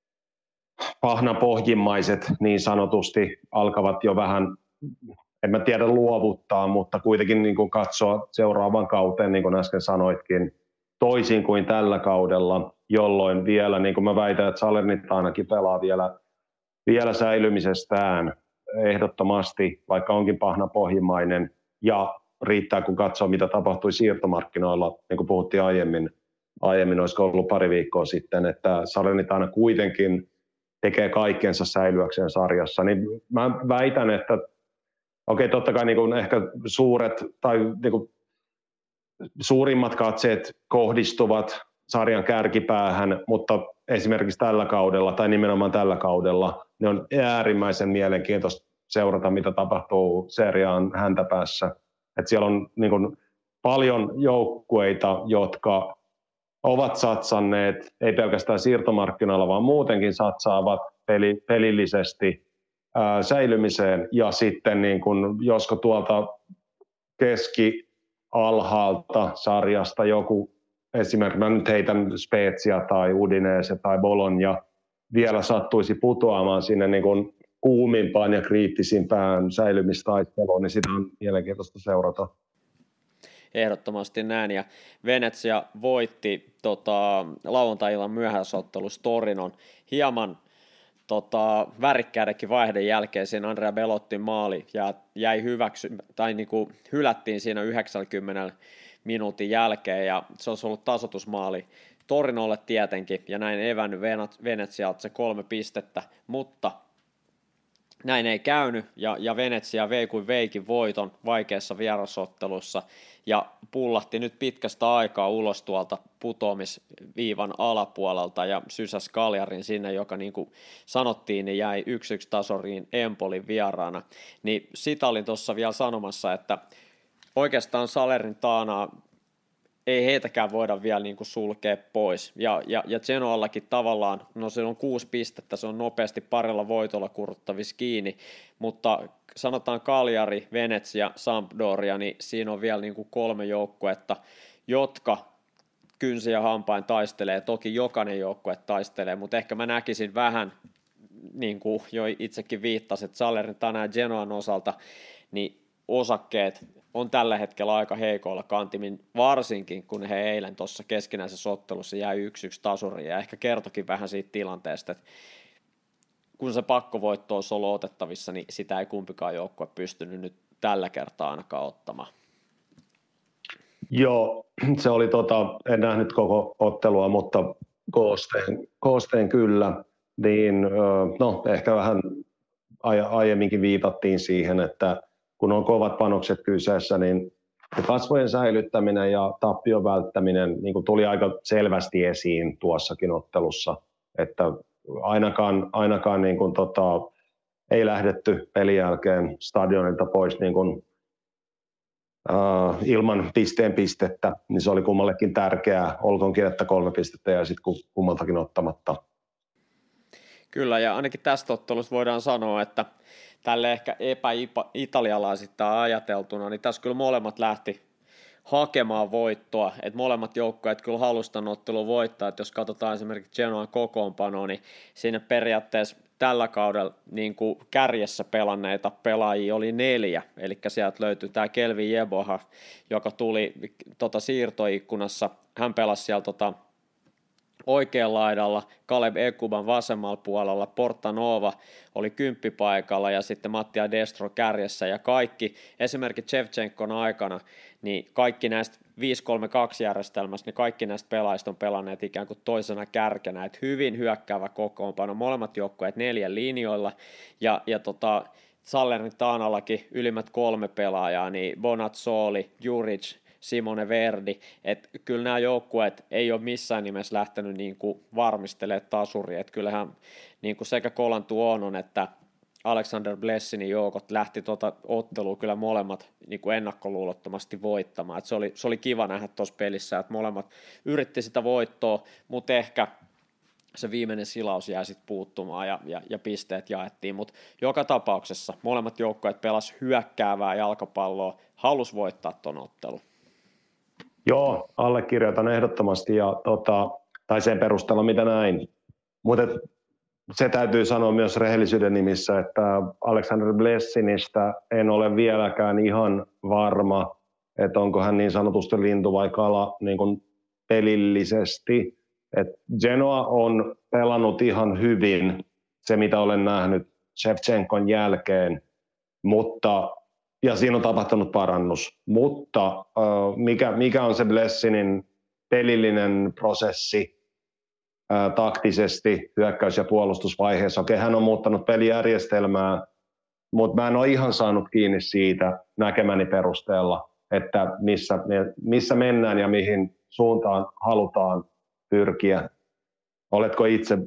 pahnapohjimmaiset niin sanotusti alkavat jo vähän, en mä tiedä luovuttaa, mutta kuitenkin niin kuin katsoa seuraavan kauteen, niin kuin äsken sanoitkin, toisin kuin tällä kaudella, jolloin vielä, niin kuin mä väitän, että Salernitanakin pelaa vielä säilymisestään ehdottomasti, vaikka onkin pahnapohjimmainen, ja riittää, kun katsoo, mitä tapahtui siirtomarkkinoilla, niin kuin puhuttiin aiemmin olisiko ollut pari viikkoa sitten, että Salernitana kuitenkin tekee kaikkensa säilyäkseen sarjassa, niin mä väitän, että okei, totta kai niin kuin ehkä suuret tai niin kuin suurimmat katseet kohdistuvat sarjan kärkipäähän, mutta esimerkiksi tällä kaudella tai nimenomaan tällä kaudella ne on äärimmäisen mielenkiintoista seurata, mitä tapahtuu seriaan häntäpäässä. Että siellä on niin kuin paljon joukkueita, jotka ovat satsanneet, ei pelkästään siirtomarkkinoilla, vaan muutenkin satsaavat pelillisesti säilymiseen. Ja sitten niin kun, josko tuolta keski-alhaalta sarjasta joku, esimerkiksi mä nyt heitän Spezia tai Udinese tai Bologna, vielä sattuisi putoamaan sinne niin kun kuumimpaan ja kriittisimpään säilymistaisteluun, niin sitä on mielenkiintoista seurata. ehdottomasti näin, ja Venetsia voitti lauantai-illan myöhäisottelussa Torinon hieman värikkäidenkin vaihden jälkeen siinä Andrea Belottin maali jäi hylättiin siinä 90 minuutin jälkeen, ja se olisi ollut tasoitusmaali Torinolle tietenkin, ja näin evännyt Venetsialta se 3 pistettä, mutta näin ei käynyt, ja Venetsia vei kuin veikin voiton vaikeassa vierasottelussa, ja pullahti nyt pitkästä aikaa ulos tuolta putoamisviivan alapuolelta, ja sysäsi Cagliarin sinne, joka niin kuin sanottiin, niin jäi 1-1 tasoriin Empolin vieraana. Niin sitä olin tuossa vielä sanomassa, että oikeastaan Salernitaanaa ei heitäkään voida vielä niin kuin sulkea pois. Ja Genoallakin tavallaan, no se on 6 pistettä, se on nopeasti parilla voitolla kurttavissa kiinni, mutta sanotaan Cagliari, Venetsia, Sampdoria, niin siinä on vielä niin kuin 3 joukkuetta, jotka kynsi ja hampain taistelee. Toki jokainen joukkue taistelee, mutta ehkä mä näkisin vähän, niin kuin jo itsekin viittasit, Salernitana ja Genoan osalta, niin osakkeet on tällä hetkellä aika heikoilla kantimin, varsinkin kun he eilen tuossa keskinäisessä ottelussa jäi 1-1 tasuriin, ja ehkä kertokin vähän siitä tilanteesta, että kun se pakkovoitto olisi ollut otettavissa, niin sitä ei kumpikaan joukkue pystynyt nyt tällä kertaa ainakaan ottamaan. Joo, se oli en nähnyt koko ottelua, mutta koosteen kyllä, niin no ehkä vähän aiemminkin viitattiin siihen, että kun on kovat panokset kyseessä, niin kasvojen säilyttäminen ja tappion välttäminen niin kuin tuli aika selvästi esiin tuossakin ottelussa, että ainakaan niin kuin ei lähdetty pelin jälkeen stadionilta pois niin kuin, ilman pistettä, niin se oli kummallekin tärkeää, olkoonkin, että 3 pistettä ja sitten kummaltakin ottamatta. Kyllä, ja ainakin tästä ottelusta voidaan sanoa, että tälle ehkä epäitalialaisittain ajateltuna, niin tässä kyllä molemmat lähti hakemaan voittoa, että molemmat joukkueet kyllä halusi tämän ottelun voittaa, että jos katsotaan esimerkiksi Genoan kokoonpanoa, niin siinä periaatteessa tällä kaudella niin kuin kärjessä pelanneita pelaajia oli 4, eli sieltä löytyi tämä Kelvin Jeboha, joka tuli siirtoikkunassa, hän pelasi siellä oikealla laidalla, Caleb Ekuban vasemmalla puolella, Portanova oli 10 paikalla ja sitten Mattia Destro kärjessä, ja kaikki, esimerkiksi Shevchenkon aikana, niin kaikki näistä 5-3-2 järjestelmässä, niin kaikki näistä pelaajista on pelanneet ikään kuin toisena kärkenä, että hyvin hyökkäävä kokoonpano, molemmat joukkueet 4 linjoilla, ja Salernitanallakin ylimmät 3 pelaajaa, niin Bonazzoli, Juric, Simone Verdi, että kyllä nämä joukkueet ei ole missään nimessä lähtenyt niin kuin varmistelemaan tasuria, että kyllähän niin kuin sekä Colantuonon että Alexander Blessinin joukot lähti ottelua kyllä molemmat niin kuin ennakkoluulottomasti voittamaan, että se oli kiva nähdä tuossa pelissä, että molemmat yritti sitä voittoa, mutta ehkä se viimeinen silaus jäi sitten puuttumaan ja pisteet jaettiin, mutta joka tapauksessa molemmat joukkueet pelasi hyökkäävää jalkapalloa, halusi voittaa ton ottelun. Joo, allekirjoitan ehdottomasti tai sen perusteella mitä näin. Mutta se täytyy sanoa myös rehellisyyden nimissä, että Alexander Blessinistä en ole vieläkään ihan varma, että onko hän niin sanotusti lintu vai kala niin kuin pelillisesti. Et Genoa on pelannut ihan hyvin, se mitä olen nähnyt Shevchenkon jälkeen, ja siinä on tapahtunut parannus, mutta mikä on se Blessinin pelillinen prosessi taktisesti hyökkäys- ja puolustusvaiheessa? Okei, hän on muuttanut pelijärjestelmää, mutta mä en ole ihan saanut kiinni siitä näkemäni perusteella, että missä mennään ja mihin suuntaan halutaan pyrkiä. Oletko itse?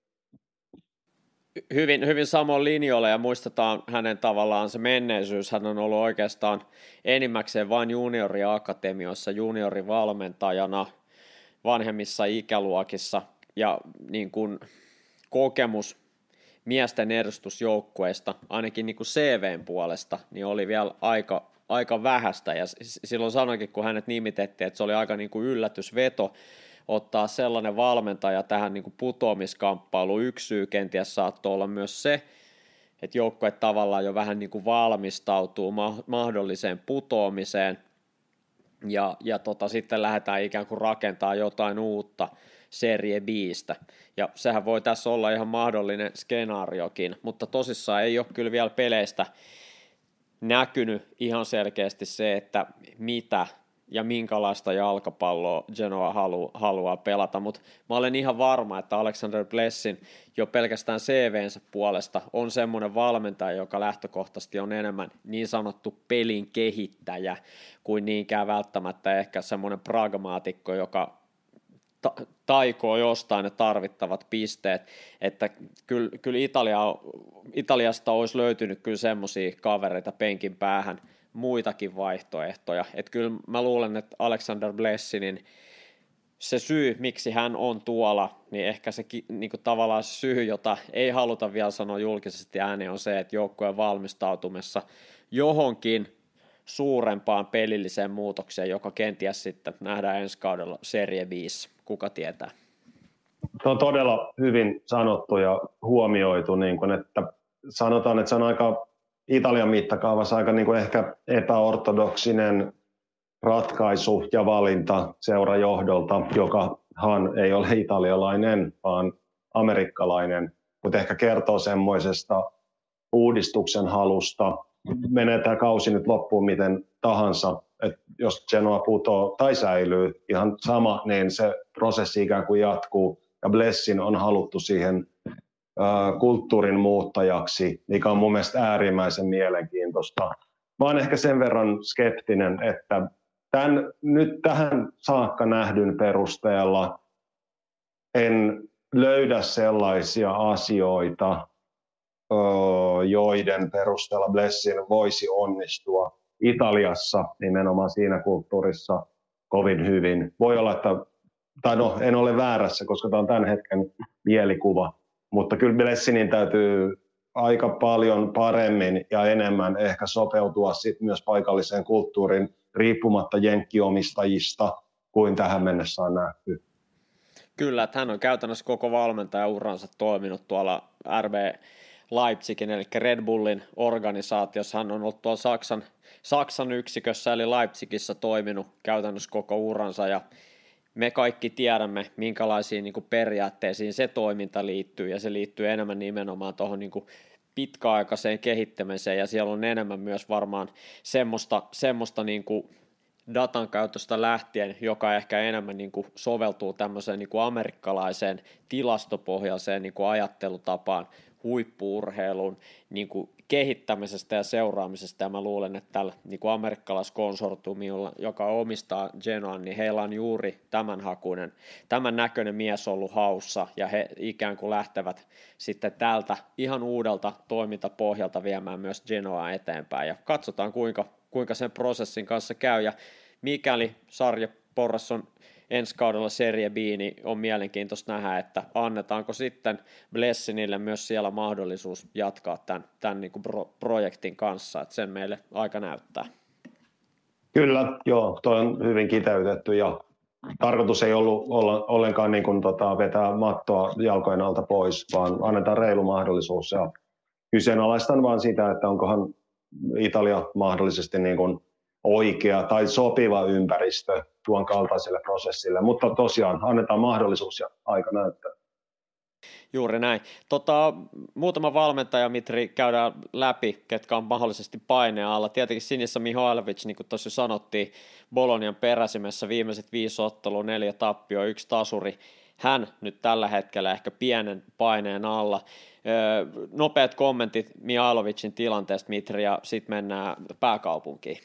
Hyvin samoin linjoilla, ja muistetaan hänen tavallaan se menneisyys. Hän on ollut oikeastaan enimmäkseen vain junioriakatemioissa juniorivalmentajana vanhemmissa ikäluokissa, ja niin kuin kokemus miesten edustusjoukkueista, ainakin niin kuin CVn puolesta, niin oli vielä aika vähäistä, ja silloin sanoinkin, kun hänet nimitettiin, että se oli aika niin kuin yllätysveto ottaa sellainen valmentaja tähän niin kuin putoamiskamppailuun. Yksi syy kenties saattoi olla myös se, että joukkue tavallaan jo vähän niin kuin valmistautuu mahdolliseen putoamiseen, sitten lähdetään ikään kuin rakentaa jotain uutta Serie B:stä. Ja sehän voi tässä olla ihan mahdollinen skenaariokin, mutta tosissaan ei ole kyllä vielä peleistä näkynyt ihan selkeästi se, että mitä ja minkälaista jalkapalloa Genoa haluaa pelata, mutta mä olen ihan varma, että Alexander Blessin jo pelkästään CV:nsä puolesta on semmoinen valmentaja, joka lähtökohtaisesti on enemmän niin sanottu pelin kehittäjä kuin niinkään välttämättä ehkä semmoinen pragmaatikko, joka taikoo jostain ne tarvittavat pisteet, että kyllä Italiasta olisi löytynyt kyllä semmoisia kavereita penkin päähän, muitakin vaihtoehtoja, että kyllä mä luulen, että Alexander Blessinin se syy, miksi hän on tuolla, niin ehkä se niin kuin tavallaan syy, jota ei haluta vielä sanoa julkisesti ääneen, on se, että joukkueen valmistautumessa johonkin suurempaan pelilliseen muutokseen, joka kenties sitten nähdään ensi kaudella Serie B:ssä. Kuka tietää? Tuo on todella hyvin sanottu ja huomioitu, niin kuin, että sanotaan, että se on aika Italian mittakaavassa aika niin kuin ehkä epäortodoksinen ratkaisu ja valinta seurajohdolta, jokahan ei ole italialainen, vaan amerikkalainen, mutta ehkä kertoo semmoisesta uudistuksen halusta. Menee tämä kausi nyt loppuun miten tahansa, että jos Genoa putoo tai säilyy ihan sama, niin se prosessi ikään kuin jatkuu, ja Blessin on haluttu siihen kulttuurin muuttajaksi, mikä on mun mielestä äärimmäisen mielenkiintoista. Mä oon ehkä sen verran skeptinen, että nyt tähän saakka nähdyn perusteella en löydä sellaisia asioita, joiden perusteella Blessin voisi onnistua Italiassa nimenomaan siinä kulttuurissa kovin hyvin. Voi olla, en ole väärässä, koska tämä on tämän hetken mielikuva, mutta kyllä Blessinin täytyy aika paljon paremmin ja enemmän ehkä sopeutua sit myös paikalliseen kulttuurin riippumatta jenkkiomistajista kuin tähän mennessä on nähty. Kyllä, että hän on käytännössä koko valmentajauransa toiminut tuolla RB Leipzigin, eli Red Bullin organisaatiossa. Hän on ollut tuolla Saksan yksikössä, eli Leipzigissä toiminut käytännössä koko uransa, ja me kaikki tiedämme, minkälaisiin niin kuin periaatteisiin se toiminta liittyy, ja se liittyy enemmän nimenomaan tuohon niin kuin pitkäaikaiseen kehittämiseen, ja siellä on enemmän myös varmaan semmoista niin kuin datan käytöstä lähtien, joka ehkä enemmän niin kuin soveltuu tämmöiseen niin kuin amerikkalaiseen tilastopohjaiseen niin kuin ajattelutapaan, huippu-urheilun niin kuin kehittämisestä ja seuraamisesta, ja mä luulen, että tällä niin kuin amerikkalaiskonsortiumilla, joka omistaa Genoan, niin heillä on juuri tämän näköinen mies ollut haussa, ja he ikään kuin lähtevät sitten tältä ihan uudelta toimintapohjalta viemään myös Genoaa eteenpäin, ja katsotaan kuinka sen prosessin kanssa käy, ja mikäli sarjaporras on ensi kaudella Serie B, niin on mielenkiintoista nähdä, että annetaanko sitten Blessinille myös siellä mahdollisuus jatkaa tämän niin kuin projektin kanssa, että sen meille aika näyttää. Kyllä, joo, toi on hyvin kiteytetty, ja tarkoitus ei ollut ollenkaan niin kuin vetää mattoa jalkojen alta pois, vaan annetaan reilu mahdollisuus, ja kyseenalaistan vaan sitä, että onkohan Italia mahdollisesti niin kuin oikea tai sopiva ympäristö tuon kaltaiselle prosessille, mutta tosiaan annetaan mahdollisuus ja aika näyttää. Juuri näin. Muutama valmentaja, Mitri, käydään läpi, ketkä on mahdollisesti paineen alla. Tietenkin Sinisa Mihajlovic, niin kuin tuossa sanottiin, Bolognan peräsimessä viimeiset 5 ottelua, 4 tappioa, 1 tasuri. Hän nyt tällä hetkellä ehkä pienen paineen alla. Nopeat kommentit Mihajlovicin tilanteesta, Mitri, ja sitten mennään pääkaupunkiin.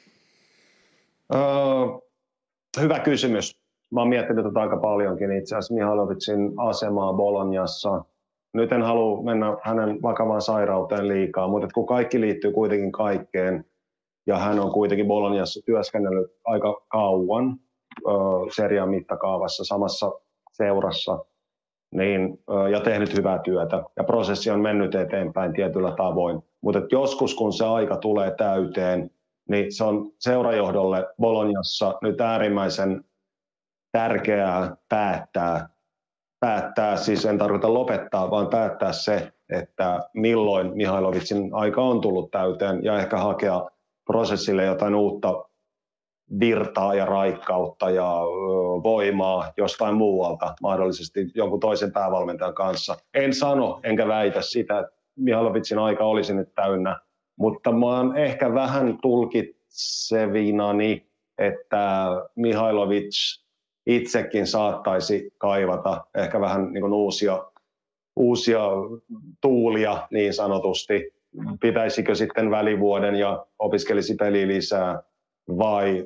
Hyvä kysymys. Mä oon miettinyt tätä aika paljonkin itse asiassa Mihajlovicin asemaa Bolognassa. Nyt en halua mennä hänen vakavaan sairauteen liikaa, mutta kun kaikki liittyy kuitenkin kaikkeen, ja hän on kuitenkin Bolognassa työskennellyt aika kauan serian mittakaavassa samassa seurassa, ja tehnyt hyvää työtä, ja prosessi on mennyt eteenpäin tietyllä tavoin. Mutta joskus, kun se aika tulee täyteen, niin se on seurajohdolle Bolognassa nyt äärimmäisen tärkeää päättää, siis en tarkoita lopettaa, vaan päättää se, että milloin Mihajlovicin aika on tullut täyteen, ja ehkä hakea prosessille jotain uutta virtaa ja raikkautta ja voimaa jostain muualta, mahdollisesti jonkun toisen päävalmentajan kanssa. En sano enkä väitä sitä, että Mihailovicin aika olisi nyt täynnä, mutta mä oon ehkä vähän tulkitsevinani, että Mihailovic itsekin saattaisi kaivata ehkä vähän niin kuin uusia tuulia niin sanotusti. Pitäisikö sitten välivuoden ja opiskelisi peliä lisää vai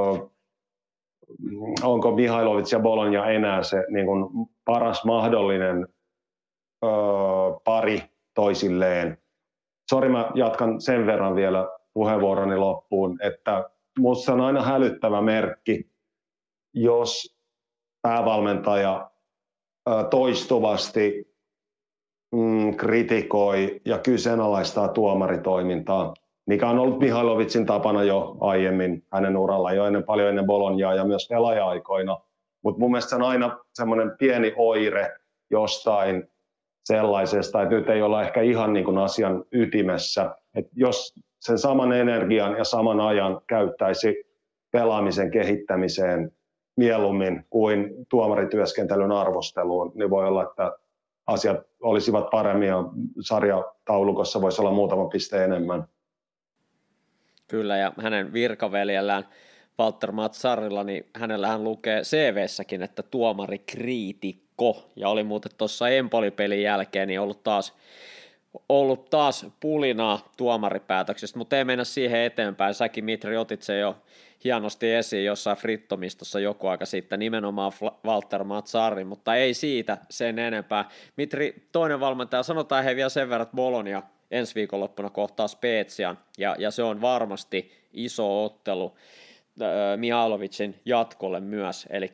onko Mihailovic ja Bologna enää se niin kuin paras mahdollinen pari toisilleen. Sori, mä jatkan sen verran vielä puheenvuoroni loppuun, että minusta on aina hälyttävä merkki, jos päävalmentaja toistuvasti kritikoi ja kyseenalaistaa tuomaritoimintaa, mikä on ollut Mihailovicin tapana jo aiemmin hänen uralla, paljon ennen Bolognaa ja myös pelaaja-aikoina. Mutta mun mielestä se on aina semmoinen pieni oire jostain sellaisesta, että nyt ei olla ehkä ihan niin kuin asian ytimessä. Et jos sen saman energian ja saman ajan käyttäisi pelaamisen kehittämiseen mieluummin kuin tuomarityöskentelyn arvosteluun, niin voi olla, että asiat olisivat paremmin ja sarjataulukossa voisi olla muutama piste enemmän. Kyllä, ja hänen virkaveljellään Walter Mazzarrilla, niin hänellähän lukee CV-säkin, että tuomarikriitikko, ja oli muuten tuossa Empoli-pelin jälkeen niin ollut taas pulinaa tuomaripäätöksistä, mutta ei mennä siihen eteenpäin. Säkin, Mitri, otit se jo hienosti esiin jossain Frittomistossa joku aika sitten, nimenomaan Walter Mazzarri, mutta ei siitä sen enempää. Mitri, toinen valmentaja, sanotaan he vielä sen verran, että Bologna ensi viikonloppuna kohtaa Spezian, ja se on varmasti iso ottelu Mihailovicin jatkolle myös, eli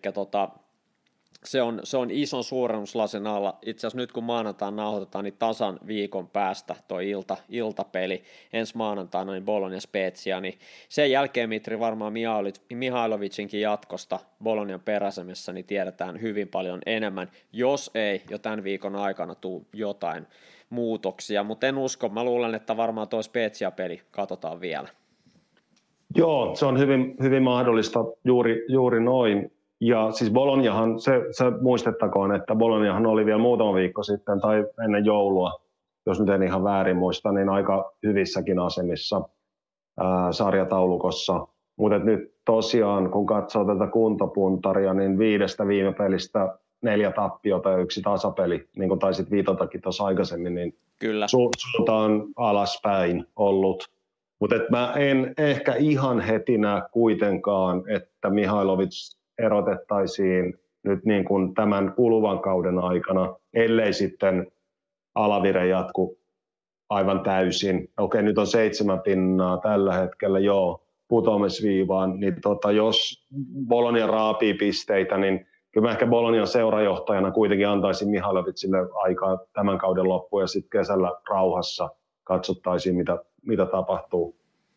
se on ison suurennuslasin alla. Itse asiassa nyt kun maanantaina nauhoitetaan, niin tasan viikon päästä toi iltapeli ensi maanantaina, niin Bologna Spezia, niin sen jälkeen, Mitri, varmaan Mihailovicinkin jatkosta Bolognan peräsemessä, niin tiedetään hyvin paljon enemmän, jos ei jo tämän viikon aikana tule jotain muutoksia, mutta en usko, mä luulen, että varmaan tuo Spezia-peli katsotaan vielä. Joo, se on hyvin, hyvin mahdollista juuri noin. Ja siis Bolognahan, se muistettakoon, että Bolognahan oli vielä muutama viikko sitten tai ennen joulua, jos nyt en ihan väärin muista, niin aika hyvissäkin asemissa sarjataulukossa. Mutta nyt tosiaan, kun katsoo tätä kuntopuntaria, niin 5 viime pelistä 4 tappiota ja 1 tasapeli, niin kuin taisit viitatakin tuossa aikaisemmin, niin kyllä. Suunta on alaspäin ollut. Mutta mä en ehkä ihan heti näe kuitenkaan, että Mihailovic erotettaisiin nyt niin kuin tämän kuluvan kauden aikana, ellei sitten alavire jatku aivan täysin. Okei, nyt on 7 pinnaa tällä hetkellä, putoamisviivaan, niin jos Bologna raapii pisteitä, niin kyllä mä ehkä Bolognan seurajohtajana kuitenkin antaisin Mihailovicille aikaa tämän kauden loppuun ja sitten kesällä rauhassa katsottaisiin, mitä tapahtuu.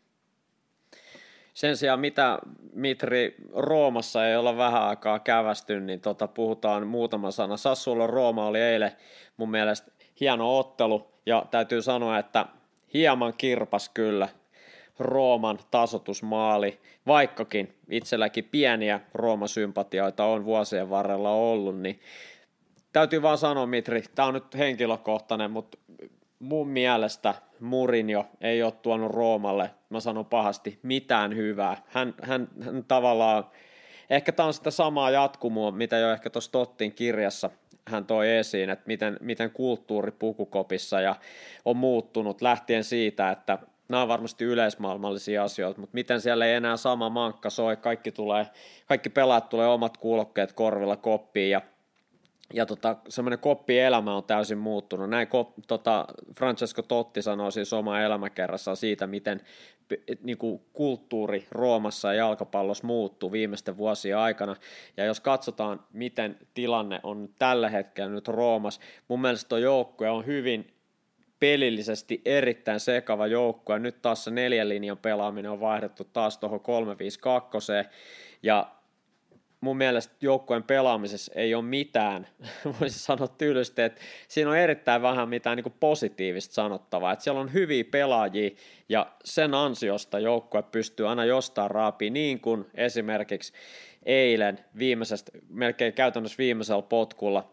Sen sijaan, mitä Mitri Roomassa ei olla vähän aikaa kävästy, niin puhutaan muutama sana. Sassuolon Rooma oli eilen mun mielestä hieno ottelu, ja täytyy sanoa, että hieman kirpas kyllä Rooman tasoitusmaali, vaikkakin itselläkin pieniä Rooma-sympatioita on vuosien varrella ollut, niin täytyy vaan sanoa, Mitri, tämä on nyt henkilökohtainen, mutta mun mielestä Mourinho ei ole tuonut Roomalle, mä sanon pahasti, mitään hyvää. Hän tavallaan, ehkä tämä on sitä samaa jatkumoa, mitä jo ehkä tuossa Tottin kirjassa hän toi esiin, että miten kulttuuri pukukopissa ja on muuttunut lähtien siitä, että nämä on varmasti yleismaailmallisia asioita, mutta miten siellä ei enää sama mankka soi, kaikki pelaat tulee omat kuulokkeet korvilla koppiin ja semmoinen koppielämä on täysin muuttunut. Näin Francesco Totti sanoi siis oma elämäkerrassaan siitä, miten niin kuin kulttuuri Roomassa ja jalkapallossa muuttuu viimeisten vuosien aikana. Ja jos katsotaan, miten tilanne on tällä hetkellä nyt Roomassa, mun mielestä tuo joukkue on hyvin pelillisesti erittäin sekava joukkue. Nyt taas se 4 linjan pelaaminen on vaihdettu taas tuohon 3-5-2, ja mun mielestä joukkueen pelaamisessa ei ole mitään, voisi sanoa tylysti, että siinä on erittäin vähän mitään niin kuin positiivista sanottavaa, että siellä on hyviä pelaajia ja sen ansiosta joukkue pystyy aina jostain raapii, niin kuin esimerkiksi eilen melkein käytännössä viimeisellä potkulla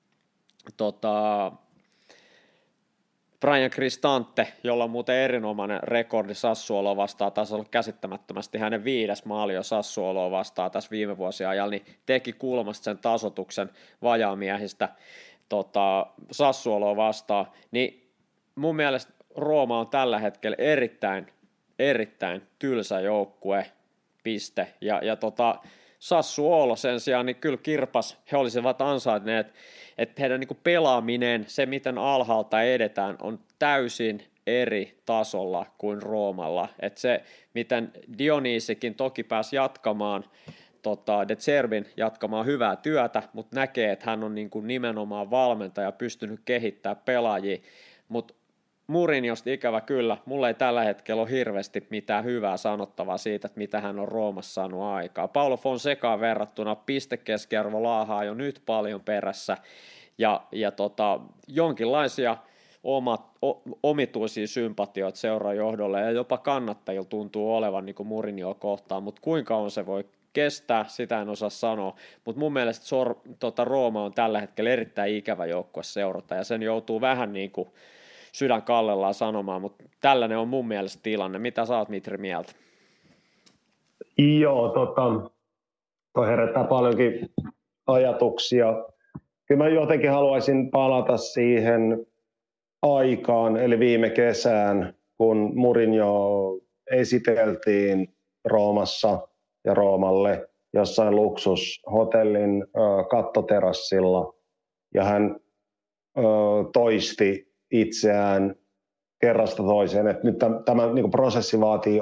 Brian Cristante, jolla on muuten erinomainen rekordi Sassuoloa vastaan, taisi olla käsittämättömästi hänen 5. maali jo Sassuoloa vastaan tässä viime vuosien ajalla, niin teki kulmasta sen tasoituksen vajaamiehistä Sassuoloa vastaan, niin mun mielestä Rooma on tällä hetkellä erittäin tylsä joukkue, piste, ja Sassuolo sen sijaan, niin kyllä kirpas, he olisivat ansainneet, että heidän niin kuin pelaaminen, se miten alhaalta edetään, on täysin eri tasolla kuin Roomalla. Että se, miten Dionisikin toki pääsi jatkamaan, De Zerbin jatkamaan hyvää työtä, mutta näkee, että hän on niin kuin nimenomaan valmentaja, pystynyt kehittämään pelaajia, mutta Mourinhosta ikävä kyllä, mulla ei tällä hetkellä ole hirveästi mitään hyvää sanottavaa siitä, että mitä hän on Roomassa saanut aikaa. Paulo Fonsecaan verrattuna pistekeskiarvo laahaa jo nyt paljon perässä ja jonkinlaisia omituisia sympatioita seuran johdolle ja jopa kannattajilla tuntuu olevan niin kuin Mourinhoa kohtaan, mutta kuinka on se voi kestää, sitä en osaa sanoa, mutta mun mielestä Rooma on tällä hetkellä erittäin ikävä joukkue seurata ja sen joutuu vähän niin kuin sydän kallellaan sanomaan, mutta tällainen on mun mielestä tilanne. Mitä sä oot, Mitri, mieltä? Joo, toi herättää paljonkin ajatuksia. Kyllä mä jotenkin haluaisin palata siihen aikaan, eli viime kesään, kun Mourinho esiteltiin Roomassa ja Roomalle jossain luksushotellin kattoterassilla, ja hän toisti itseään kerrasta toiseen, että nyt tämä niin kuin prosessi vaatii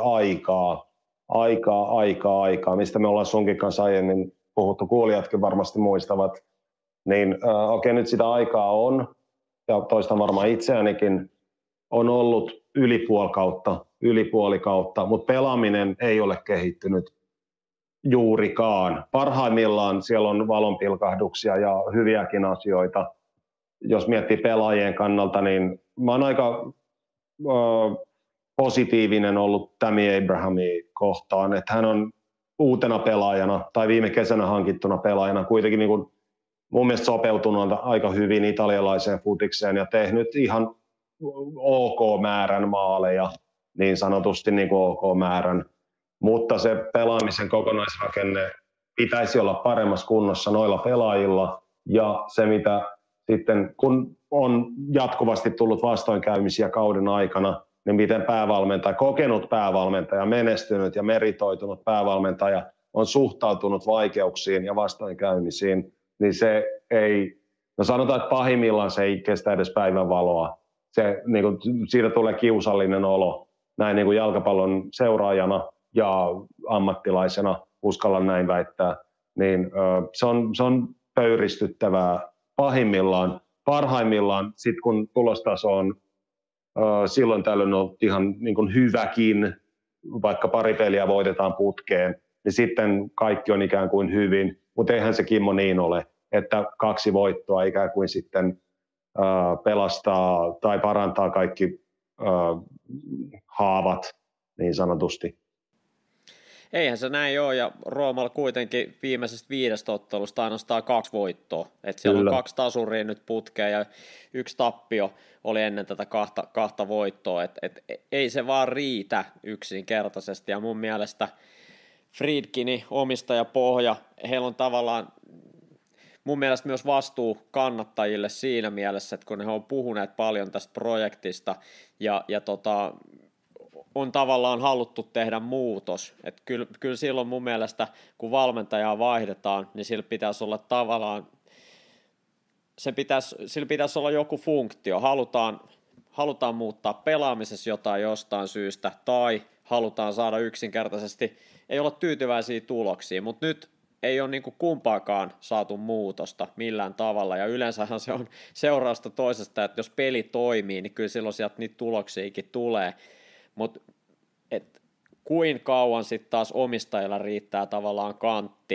aikaa, mistä me ollaan sunkin kanssa aiemmin puhuttu, kuulijatkin varmasti muistavat, niin okei, nyt sitä aikaa on, ja toistan varmaan itseänikin, on ollut yli puoli kautta, mutta pelaaminen ei ole kehittynyt juurikaan. Parhaimmillaan siellä on valonpilkahduksia ja hyviäkin asioita. Jos miettii pelaajien kannalta, niin mä oon aika positiivinen ollut Tammy Abrahamia kohtaan, että hän on uutena pelaajana tai viime kesänä hankittuna pelaajana kuitenkin niin kuin mun mielestä sopeutunut aika hyvin italialaiseen futikseen ja tehnyt ihan ok määrän maaleja, niin sanotusti niin kuin ok määrän, mutta se pelaamisen kokonaisrakenne pitäisi olla paremmassa kunnossa noilla pelaajilla ja se mitä sitten kun on jatkuvasti tullut vastoinkäymisiä kauden aikana, niin miten kokenut päävalmentaja, menestynyt ja meritoitunut päävalmentaja on suhtautunut vaikeuksiin ja vastoinkäymisiin, niin se ei, no sanotaan, että pahimmillaan se ei kestä edes päivänvaloa. Niin kuin, siitä tulee kiusallinen olo näin niin kuin jalkapallon seuraajana ja ammattilaisena, uskallan näin väittää, niin se on pöyristyttävää pahimmillaan. Parhaimmillaan, sit kun tulostaso on silloin tällöin ollut ihan niin kuin hyväkin, vaikka pari peliä voitetaan putkeen, niin sitten kaikki on ikään kuin hyvin, mutta eihän se Kimmo niin ole, että 2 voittoa ikään kuin sitten pelastaa tai parantaa kaikki haavat niin sanotusti. Eihän se näin ole, ja Roomalla kuitenkin viimeisestä 5 ottelusta ainoastaan 2 voittoa. Et siellä on 2 tasuria nyt putkeen ja 1 tappio oli ennen tätä kahta voittoa. Et ei se vaan riitä yksinkertaisesti, ja mun mielestä Friedkini, omistajapohja, heillä on tavallaan mun mielestä myös vastuu kannattajille siinä mielessä, että kun he on puhuneet paljon tästä projektista ja on tavallaan haluttu tehdä muutos. Että kyllä silloin mun mielestä, kun valmentajaa vaihdetaan, niin sillä pitäisi olla tavallaan, sillä pitäisi olla joku funktio. Halutaan muuttaa pelaamisessa jotain jostain syystä, tai halutaan saada yksinkertaisesti, ei olla tyytyväisiä tuloksiin, mutta nyt ei ole niin kuin kumpaakaan saatu muutosta millään tavalla, ja yleensähän se on seurausta toisesta, että jos peli toimii, niin kyllä silloin sieltä niitä tuloksiakin tulee. Mutta kuin kauan sitten taas omistajilla riittää tavallaan kantti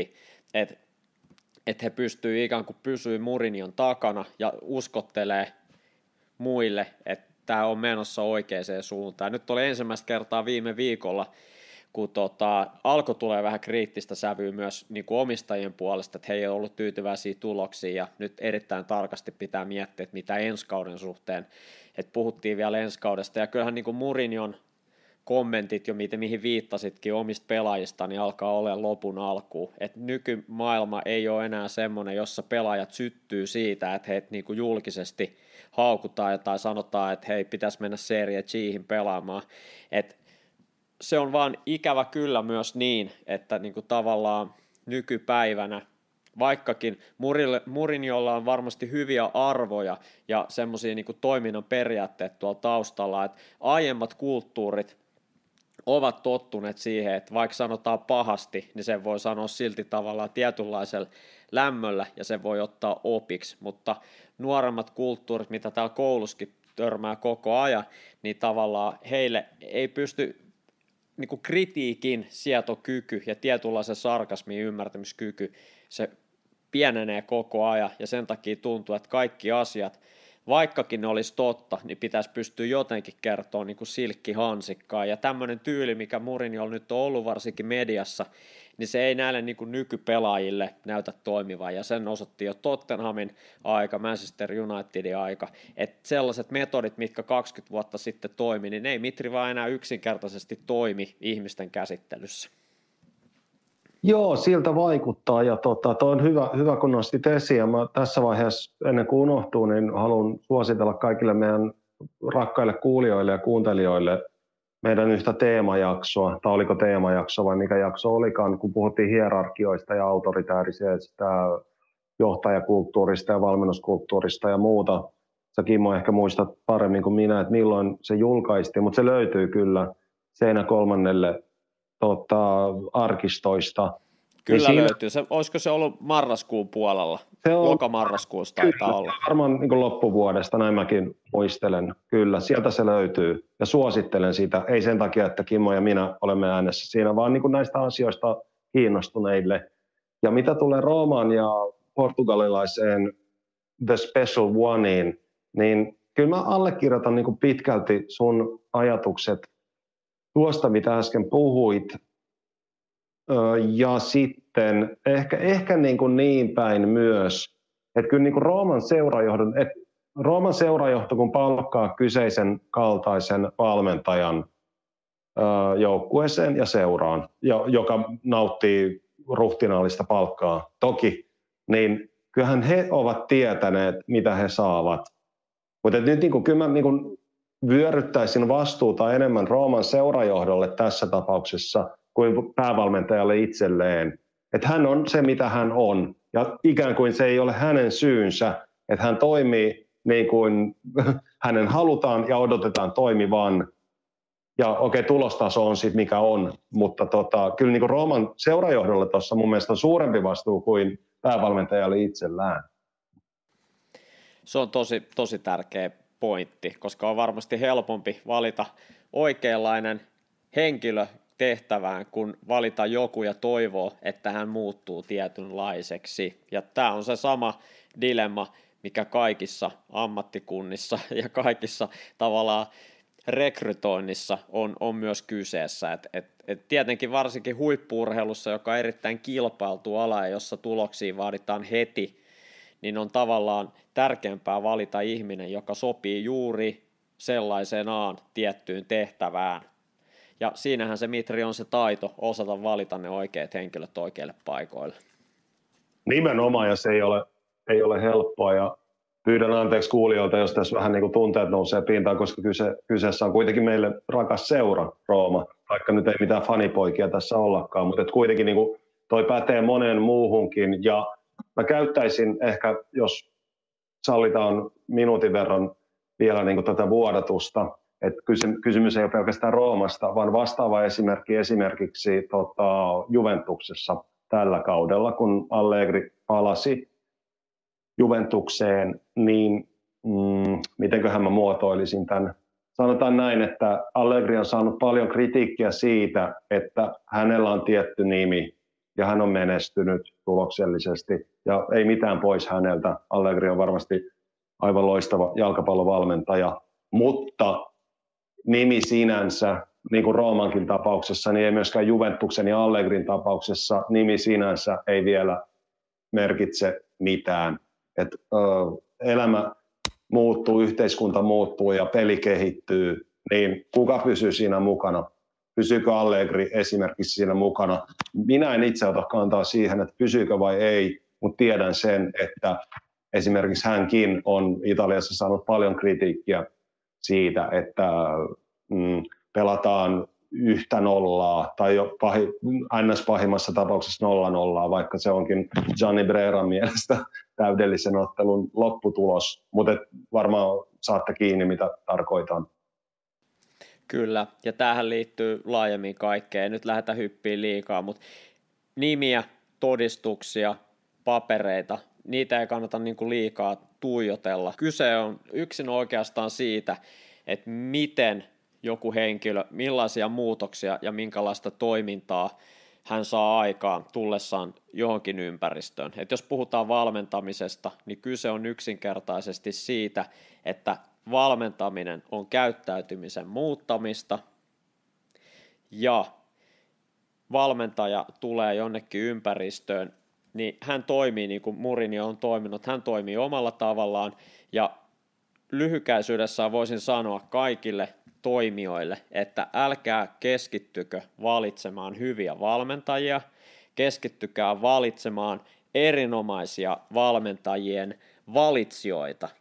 että he pystyvät ikään kuin pysyä Mourinhon takana ja uskottelee muille, että tämä on menossa oikeaan suuntaan. Nyt oli ensimmäistä kertaa viime viikolla, kun alkoi tulee vähän kriittistä sävyä myös niin kuin omistajien puolesta, että he ei ole ollut tyytyväisiä tuloksiin, ja nyt erittäin tarkasti pitää miettiä, että mitä ensi kauden suhteen, että puhuttiin vielä ensi kaudesta, ja kyllähän niin kuin Mourinhon kommentit jo, mihin viittasitkin omista pelaajista, niin alkaa olla lopun alkuun. Että nykymaailma ei ole enää semmoinen, jossa pelaajat syttyy siitä, että heitä niin kuin julkisesti haukutaan tai sanotaan, että hei, pitäisi mennä Serie G:hin pelaamaan. Et se on vaan ikävä kyllä myös niin, että niin kuin tavallaan nykypäivänä, vaikkakin Mourinholla on varmasti hyviä arvoja ja semmoisia niin kuin toiminnan periaatteet tuolla taustalla, että aiemmat kulttuurit ovat tottuneet siihen, että vaikka sanotaan pahasti, niin sen voi sanoa silti tavallaan tietynlaisella lämmöllä ja se voi ottaa opiksi, mutta nuoremmat kulttuurit, mitä täällä koulussakin törmää koko ajan, niin tavallaan heille ei pysty niin kuin kritiikin sietokyky ja tietynlaisen sarkasmin ymmärtämiskyky, se pienenee koko ajan ja sen takia tuntuu, että kaikki asiat, vaikkakin ne olisi totta, niin pitäisi pystyä jotenkin kertoa niin kuin silkkihansikkaan. Ja tämmöinen tyyli, mikä Mourinholla nyt on ollut varsinkin mediassa, niin se ei näille niin kuin nykypelaajille näytä toimivan. Ja sen osoitti jo Tottenhamin aika, Manchester Unitedin aika. Että sellaiset metodit, mitkä 20 vuotta sitten toimi, niin ne ei Mitri vaan enää yksinkertaisesti toimi ihmisten käsittelyssä. Joo, siltä vaikuttaa ja toi on hyvä kun nostit esiin. Ja mä tässä vaiheessa, ennen kuin unohtuu, niin haluan suositella kaikille meidän rakkaille kuulijoille ja kuuntelijoille meidän yhtä teemajaksoa, tai oliko teemajakso vai mikä jakso olikaan, kun puhuttiin hierarkioista ja autoritäärisestä johtajakulttuurista ja valmennuskulttuurista ja muuta. Sä Kimmo ehkä muistat paremmin kuin minä, että milloin se julkaistiin, mutta se löytyy kyllä Seinä kolmannelle arkistoista. Kyllä löytyy. Olisiko se ollut marraskuun puolella? Lokamarraskuussa taitaa olla. Varmaan niin loppuvuodesta, näin mäkin muistelen. Kyllä, sieltä se löytyy ja suosittelen sitä. Ei sen takia, että Kimmo ja minä olemme äänessä siinä, vaan niin näistä asioista kiinnostuneille. Ja mitä tulee Roomaan ja portugalilaiseen The Special Oneen, niin kyllä mä allekirjoitan niin pitkälti sun ajatukset tuosta, mitä äsken puhuit, ja sitten ehkä niin päin myös, että kyllä niin kuin Rooman seurajohto, kun palkkaa kyseisen kaltaisen valmentajan joukkueeseen ja seuraan, joka nauttii ruhtinaallista palkkaa toki, niin kyllähän he ovat tietäneet, mitä he saavat. Mutta nyt niin kuin, kyllä mä niin kuin vyöryttäisin vastuuta enemmän Rooman seurajohdolle tässä tapauksessa kuin päävalmentajalle itselleen. Että hän on se, mitä hän on. Ja ikään kuin se ei ole hänen syynsä, että hän toimii niin kuin hänen halutaan ja odotetaan toimivan. Ja okei, tulostaso on sitten mikä on, mutta kyllä niin kuin Rooman seurajohdolle tuossa mun mielestä on suurempi vastuu kuin päävalmentajalle itsellään. Se on tosi tärkeä pointti, koska on varmasti helpompi valita oikeanlainen henkilö tehtävään, kun valita joku ja toivoo, että hän muuttuu tietynlaiseksi. Ja tämä on se sama dilemma, mikä kaikissa ammattikunnissa ja kaikissa tavallaan rekrytoinnissa on myös kyseessä. Et tietenkin varsinkin huippu-urheilussa, joka on erittäin kilpailtu ala ja jossa tuloksia vaaditaan heti, niin on tavallaan tärkeämpää valita ihminen, joka sopii juuri sellaisenaan tiettyyn tehtävään. Ja siinähän se, Mitri, on se taito osata valita ne oikeat henkilöt oikeille paikoille. Nimenomaan, ja se ei ole helppoa. Ja pyydän anteeksi kuulijoilta, jos tässä vähän niin kuin tunteet nousee pintaan, koska kyseessä on kuitenkin meille rakas seura, Rooma. Vaikka nyt ei mitään fanipoikia tässä ollakaan, mutta kuitenkin niin kuin toi pätee moneen muuhunkin. Ja mä käyttäisin ehkä, jos sallitaan minuutin verran vielä niin kuin tätä vuodatusta, että kysymys ei ole pelkästään Roomasta, vaan vastaava esimerkiksi Juventuksessa tällä kaudella, kun Allegri palasi Juventukseen, niin mitenköhän mä muotoilisin tämän. Sanotaan näin, että Allegri on saanut paljon kritiikkiä siitä, että hänellä on tietty nimi ja hän on menestynyt tuloksellisesti ja ei mitään pois häneltä. Allegri on varmasti aivan loistava jalkapallovalmentaja, mutta nimi sinänsä, niin kuin Roomankin tapauksessa, niin ei myöskään Juventuksen ja Allegrin tapauksessa nimi sinänsä ei vielä merkitse mitään. Elämä muuttuu, yhteiskunta muuttuu ja peli kehittyy, niin kuka pysyy siinä mukana? Pysyykö Allegri esimerkiksi siinä mukana? Minä en itse ota kantaa siihen, että pysyykö vai ei, mutta tiedän sen, että esimerkiksi hänkin on Italiassa saanut paljon kritiikkiä siitä, että pelataan 1-0 tai jo pahimmassa tapauksessa 0-0, vaikka se onkin Gianni Breran mielestä täydellisen ottelun lopputulos, mutta varmaan saatte kiinni, mitä tarkoitan. Kyllä, ja tämähän liittyy laajemmin kaikkeen. Ei nyt lähdetä hyppiin liikaa, mutta nimiä, todistuksia, papereita, niitä ei kannata niinku liikaa tuijotella. Kyse on yksin oikeastaan siitä, että miten joku henkilö, millaisia muutoksia ja minkälaista toimintaa hän saa aikaan tullessaan johonkin ympäristöön. Et jos puhutaan valmentamisesta, niin kyse on yksinkertaisesti siitä, että valmentaminen on käyttäytymisen muuttamista ja valmentaja tulee jonnekin ympäristöön, niin hän toimii niin kuin Mourinho on toiminut, hän toimii omalla tavallaan ja lyhykäisyydessään voisin sanoa kaikille toimijoille, että älkää keskittykö valitsemaan hyviä valmentajia, keskittykää valitsemaan erinomaisia valmentajien valitsijoita.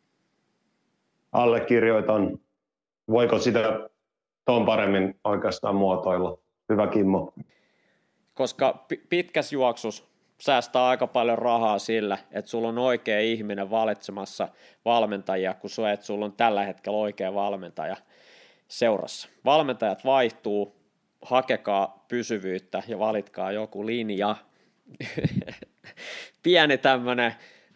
Allekirjoitan. Voiko sitä tuon paremmin oikeastaan muotoilla? Hyvä Kimmo. Koska pitkässä juoksussa säästää aika paljon rahaa sillä, että sulla on oikea ihminen valitsemassa valmentajia, kun sulla on tällä hetkellä oikea valmentaja seurassa. Valmentajat vaihtuu, hakekaa pysyvyyttä ja valitkaa joku linja. Pieni tämmöinen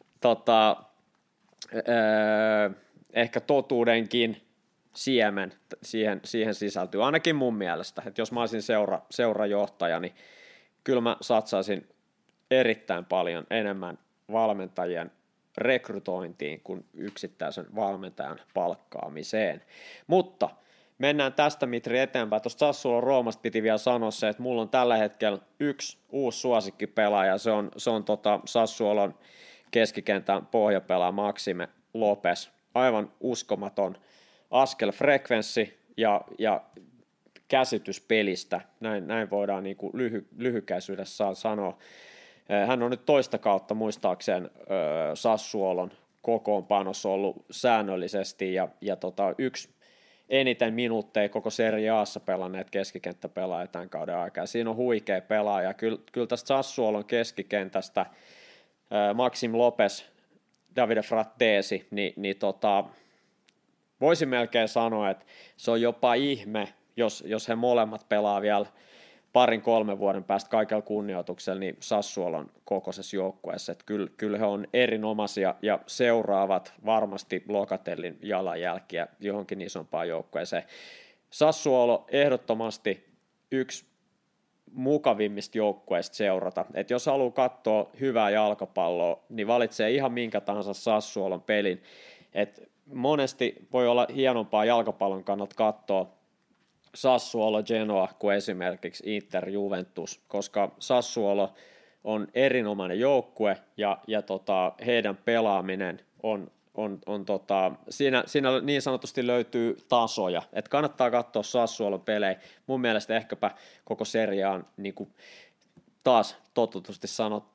ehkä totuudenkin siemen siihen sisältyy, ainakin mun mielestä, että jos mä olisin seurajohtaja, niin kyllä mä satsaisin erittäin paljon enemmän valmentajien rekrytointiin kuin yksittäisen valmentajan palkkaamiseen. Mutta mennään tästä, Mitri, eteenpäin. Tuosta Sassuolon Roomasta piti vielä sanoa se, että mulla on tällä hetkellä yksi uusi suosikkipelaaja, se on Sassuolon keskikentän pohjapelaaja Maxime Lopez. Aivan uskomaton askelfrekvenssi ja käsitys pelistä, näin voidaan niin kuin lyhykäisyydessä sanoa. Hän on nyt toista kautta muistaakseen Sassuolon kokoonpanossa ollut säännöllisesti ja yksi eniten minuutteja koko Serie A:ssa pelanneet keskikenttäpelaaja tämän kauden aikaa. Siinä on huikea pelaaja. Kyllä tästä Sassuolon keskikentästä Maxime Lopez, Davide Frattesi, niin voisin melkein sanoa, että se on jopa ihme, jos he molemmat pelaa vielä 2-3 vuoden päästä kaikella kunnioituksella niin Sassuolon kokoisessa joukkueessa. Että kyllä he on erinomaisia ja seuraavat varmasti Locatellin jalanjälkiä johonkin isompaan joukkueeseen. Sassuolo ehdottomasti yksi mukavimmista joukkueista seurata. Et jos haluaa katsoa hyvää jalkapalloa, niin valitsee ihan minkä tahansa Sassuolon pelin. Et monesti voi olla hienompaa jalkapallon kannalta katsoa Sassuolo Genoa kuin esimerkiksi Inter Juventus, koska Sassuolo on erinomainen joukkue ja heidän pelaaminen on siinä niin sanotusti löytyy tasoja, että kannattaa katsoa Sassuolon pelejä. Mun mielestä ehkäpä koko Serie A niin kuin taas totutusti sanottu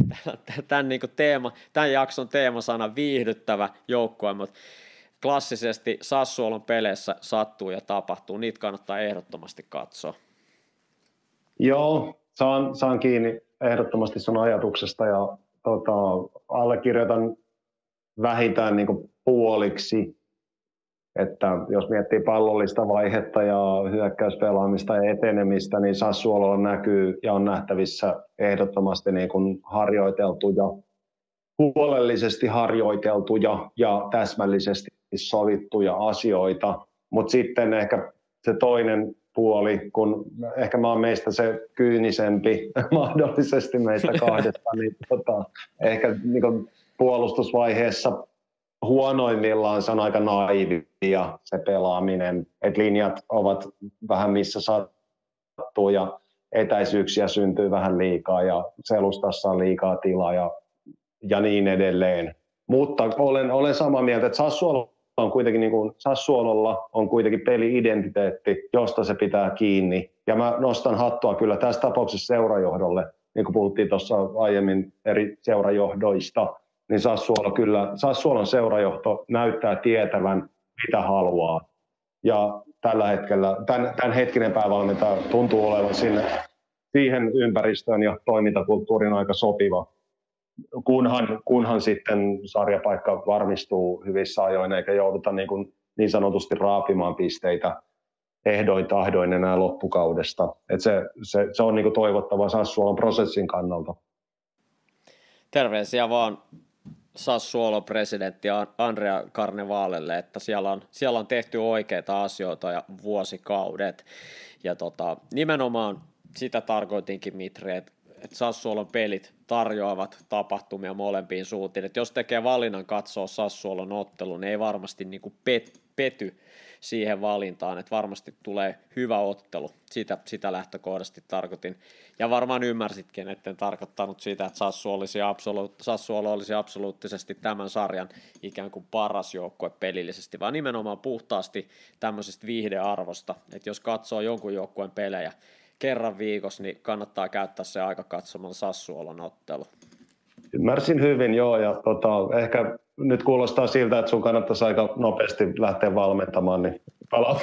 tämän jakson teemasana viihdyttävä joukkue, mutta klassisesti Sassuolon peleissä sattuu ja tapahtuu, niitä kannattaa ehdottomasti katsoa. Joo, saan kiinni ehdottomasti sun ajatuksesta ja allekirjoitan vähintään niin kuin puoliksi, että jos miettii pallollista vaihetta ja hyökkäyspelaamista ja etenemistä, niin Sassuolo näkyy ja on nähtävissä ehdottomasti niin kuin harjoiteltuja, huolellisesti harjoiteltuja ja täsmällisesti sovittuja asioita, mutta sitten ehkä se toinen puoli, kun ehkä mä oon meistä se kyynisempi mahdollisesti meistä kahdesta, niin ehkä niin puolustusvaiheessa huonoimmillaan se on aika naivia se pelaaminen, että linjat ovat vähän missä sattuu ja etäisyyksiä syntyy vähän liikaa ja selustassa on liikaa tilaa ja niin edelleen. Mutta olen samaa mieltä, että Sassuololla on kuitenkin peli-identiteetti, josta se pitää kiinni. Ja mä nostan hattua kyllä tässä tapauksessa seurajohdolle, niin kuin puhuttiin tuossa aiemmin eri seurajohdoista, niin Sassuolon seurajohto näyttää tietävän, mitä haluaa. Ja tällä hetkellä, tämän hetkinen päävalmentaja tuntuu olevan siihen ympäristöön ja toimintakulttuurin aika sopiva. Kunhan sitten sarjapaikka varmistuu hyvissä ajoin, eikä jouduta niin sanotusti raapimaan pisteitä ehdoin tahdoin enää loppukaudesta. Se on niin kuin toivottavaa Sassuolon prosessin kannalta. Terveisiä vaan Sassuolon presidentti Andrea Carnevalelle, että siellä on tehty oikeita asioita ja vuosikaudet. Ja nimenomaan sitä tarkoitinkin, Mitri, että Sassuolon pelit tarjoavat tapahtumia molempiin suuntiin. Että jos tekee valinnan katsoa Sassuolon ottelun, niin ei varmasti niin kuin pety siihen valintaan, että varmasti tulee hyvä ottelu. Sitä lähtökohdasti tarkoitin. Ja varmaan ymmärsitkin, etten tarkoittanut sitä, että Sassuolo olisi absoluuttisesti tämän sarjan ikään kuin paras joukkue pelillisesti, vaan nimenomaan puhtaasti tämmöisestä viihdearvosta, että jos katsoo jonkun joukkueen pelejä kerran viikossa, niin kannattaa käyttää se aika katsomaan Sassuolon ottelu. Ymmärsin hyvin, joo, ja ehkä nyt kuulostaa siltä, että sun kannattaisi aika nopeasti lähteä valmentamaan, niin palaat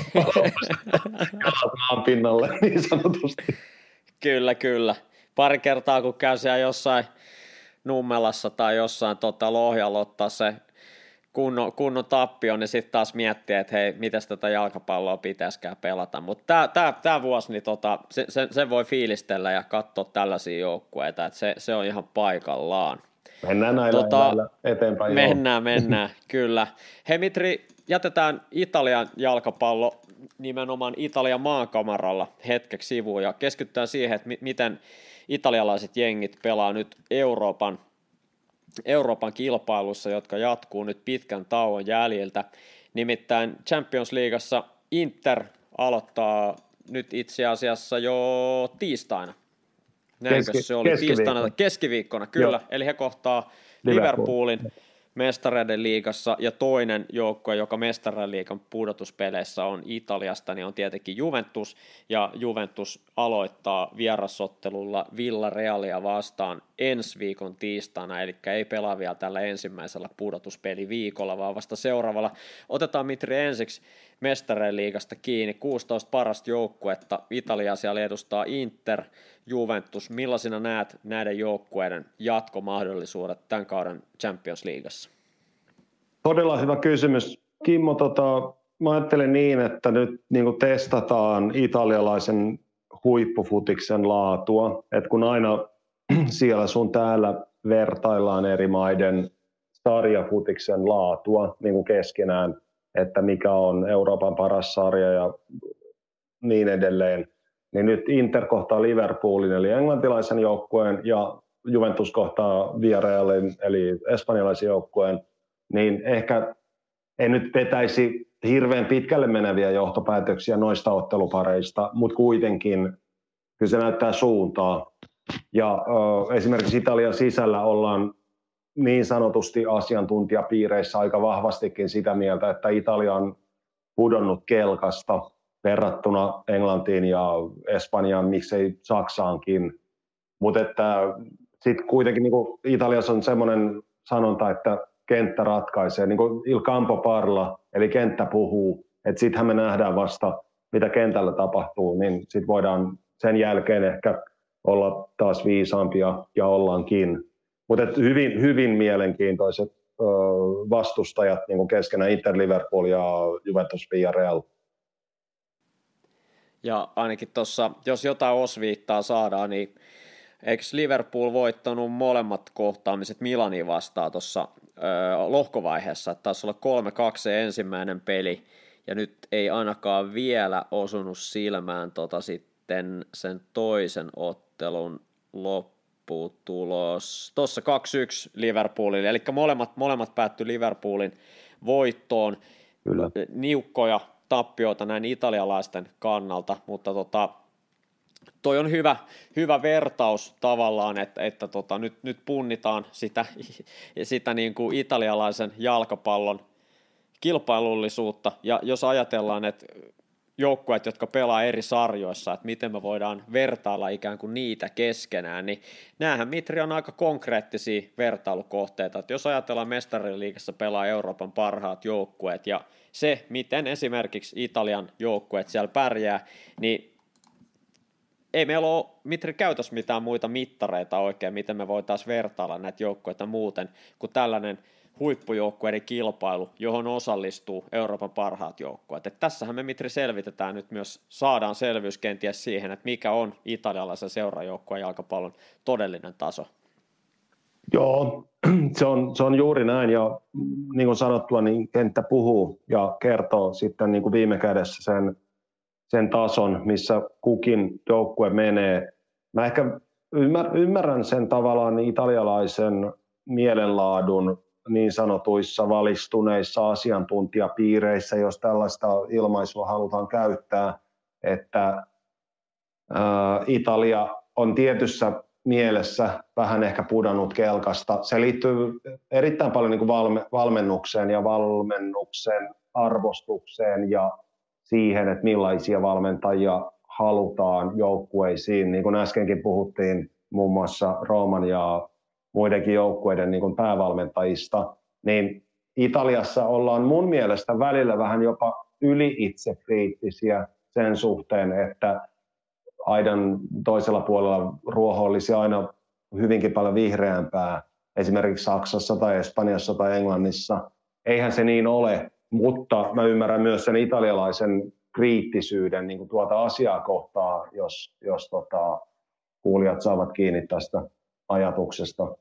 maan pinnalle niin sanotusti. Kyllä. Pari kertaa, kun käy siellä jossain Nummelassa tai jossain Lohjalla ottaa se kunnon tappio, niin sitten taas miettii, että hei, miten tätä jalkapalloa pitäisikään pelata. Mutta tämä vuosi, niin se voi fiilistellä ja katsoa tällaisia joukkueita, että se on ihan paikallaan. Mennään näillä eteenpäin. Mennään, kyllä. Hei Mitri, jätetään Italian jalkapallo nimenomaan Italian maankamaralla hetkeksi sivuun ja keskitytään siihen, että miten italialaiset jengit pelaa nyt Euroopan kilpailussa, jotka jatkuu nyt pitkän tauon jäljiltä. Nimittäin Champions Leagueassa Inter aloittaa nyt itse asiassa jo tiistaina. Näinkö se oli keskiviikkona, kyllä. Joo. Eli he kohtaa Liverpoolin Mestareiden liigassa, ja toinen joukkue, joka Mestareiden liigan pudotuspeleissä on Italiasta, niin on tietenkin Juventus, ja Juventus aloittaa vierasottelulla Villarealia vastaan ensi viikon tiistaina, eli ei pelaa vielä tällä ensimmäisellä pudotuspeliviikolla, vaan vasta seuraavalla. Otetaan Mitri ensiksi Mestareiden liigasta kiinni, 16 parasta joukkuetta, Italia siellä edustaa Inter, Juventus. Millaisina näet näiden joukkueiden jatkomahdollisuudet tämän kauden Champions Leagueassa? Todella hyvä kysymys. Kimmo, mä ajattelen niin, että nyt niin testataan italialaisen huippufutiksen laatua. Et kun aina siellä sun täällä vertaillaan eri maiden sarjafutiksen laatua niin kuin keskenään, että mikä on Euroopan paras sarja ja niin edelleen, niin nyt Inter kohtaa Liverpoolin eli englantilaisen joukkueen ja Juventus kohtaa Villarrealin eli espanjalaisen joukkueen, niin ehkä en nyt vetäisi hirveän pitkälle meneviä johtopäätöksiä noista ottelupareista, mutta kuitenkin kyllä se näyttää suuntaa. Ja esimerkiksi Italian sisällä ollaan niin sanotusti asiantuntijapiireissä aika vahvastikin sitä mieltä, että Italia on pudonnut kelkasta verrattuna Englantiin ja Espanjaan, miksei Saksaankin. Mutta sitten kuitenkin niin Italiassa on semmoinen sanonta, että kenttä ratkaisee, niin kuin il campo parla, eli kenttä puhuu. Että sittenhän me nähdään vasta, mitä kentällä tapahtuu, niin sitten voidaan sen jälkeen ehkä olla taas viisaampia ja ollaankin. Mutta hyvin, hyvin mielenkiintoiset vastustajat niin kuin keskenään Inter, Liverpool ja Juventus Villarreal. Ja ainakin tuossa, jos jotain osviittaa saadaan, niin eikö Liverpool voittanut molemmat kohtaamiset Milaniin vastaan tuossa lohkovaiheessa, että taisi olla 3-2 se ensimmäinen peli, ja nyt ei ainakaan vielä osunut silmään sitten sen toisen ottelun lopputulos. Tuossa 2-1 Liverpoolille, eli molemmat päättyi Liverpoolin voittoon. Kyllä. Niukkoja tappioita näin italialaisten kannalta, mutta toi on hyvä vertaus tavallaan, että nyt punnitaan sitä niin kuin italialaisen jalkapallon kilpailullisuutta, ja jos ajatellaan, että joukkueet, jotka pelaa eri sarjoissa, että miten me voidaan vertailla ikään kuin niitä keskenään, niin näähän Mitri on aika konkreettisia vertailukohteita, että jos ajatellaan Mestariliigassa pelaa Euroopan parhaat joukkueet, ja se, miten esimerkiksi Italian joukkueet siellä pärjää, niin ei meillä ole, Mitri, käytössä mitään muita mittareita oikein, miten me voitaisiin vertailla näitä joukkueita muuten kuin tällainen huippujoukkueiden kilpailu, johon osallistuu Euroopan parhaat joukkueet. Että tässähän me, Mitri, selvitetään nyt myös, saadaan selvyys kenties siihen, että mikä on italialaisen seurajoukkueen jalkapallon todellinen taso. Joo, se on juuri näin, ja niin kuin sanottua, niin kenttä puhuu ja kertoo sitten niin kuin viime kädessä sen tason, missä kukin joukkue menee. Mä ehkä ymmärrän sen tavallaan italialaisen mielenlaadun niin sanotuissa valistuneissa asiantuntijapiireissä, jos tällaista ilmaisua halutaan käyttää, että Italia on tietyssä mielessä vähän ehkä pudonnut kelkasta. Se liittyy erittäin paljon niin kuin valmennukseen ja valmennuksen arvostukseen ja siihen, että millaisia valmentajia halutaan joukkueisiin. Niin kuin äskenkin puhuttiin muun muassa Rooman ja muidenkin joukkueiden niin kuin päävalmentajista, niin Italiassa ollaan mun mielestä välillä vähän jopa yli-itsekriittisiä sen suhteen, että aidan toisella puolella ruoho olisi aina hyvinkin paljon vihreämpää, esimerkiksi Saksassa tai Espanjassa tai Englannissa. Eihän se niin ole, mutta mä ymmärrän myös sen italialaisen kriittisyyden niin kuin tuota asiaa kohtaa, jos kuulijat saavat kiinni tästä ajatuksesta.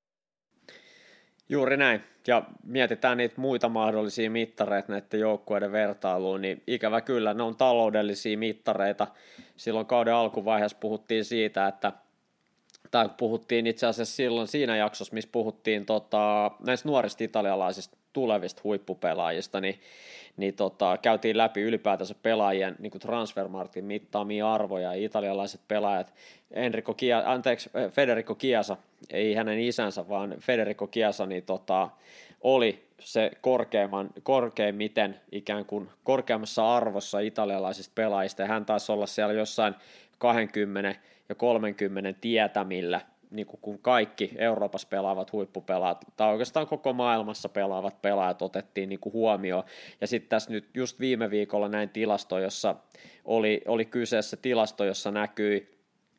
Juuri näin, ja mietitään niitä muita mahdollisia mittareita näiden joukkueiden vertailuun, niin ikävä kyllä ne on taloudellisia mittareita. Silloin kauden alkuvaiheessa puhuttiin siitä, tai puhuttiin itse asiassa silloin siinä jaksossa, missä puhuttiin näistä nuorista italialaisista tulevista huippupelaajista, niin käytiin läpi ylipäätänsä pelaajien niin kuin Transfermarktin mittaamia arvoja, ja italialaiset pelaajat, Federico Chiesa, ei hänen isänsä, vaan Federico Chiesa, niin oli se korkeimmiten ikään kuin korkeammassa arvossa italialaisista pelaajista, ja hän taisi olla siellä jossain 20 ja 30 tietämillä, niin kuin kaikki Euroopassa pelaavat huippupelaajat, tai oikeastaan koko maailmassa pelaavat pelaajat otettiin niin kuin huomioon. Ja sitten tässä nyt just viime viikolla näin tilasto, jossa oli kyseessä tilasto, jossa näkyi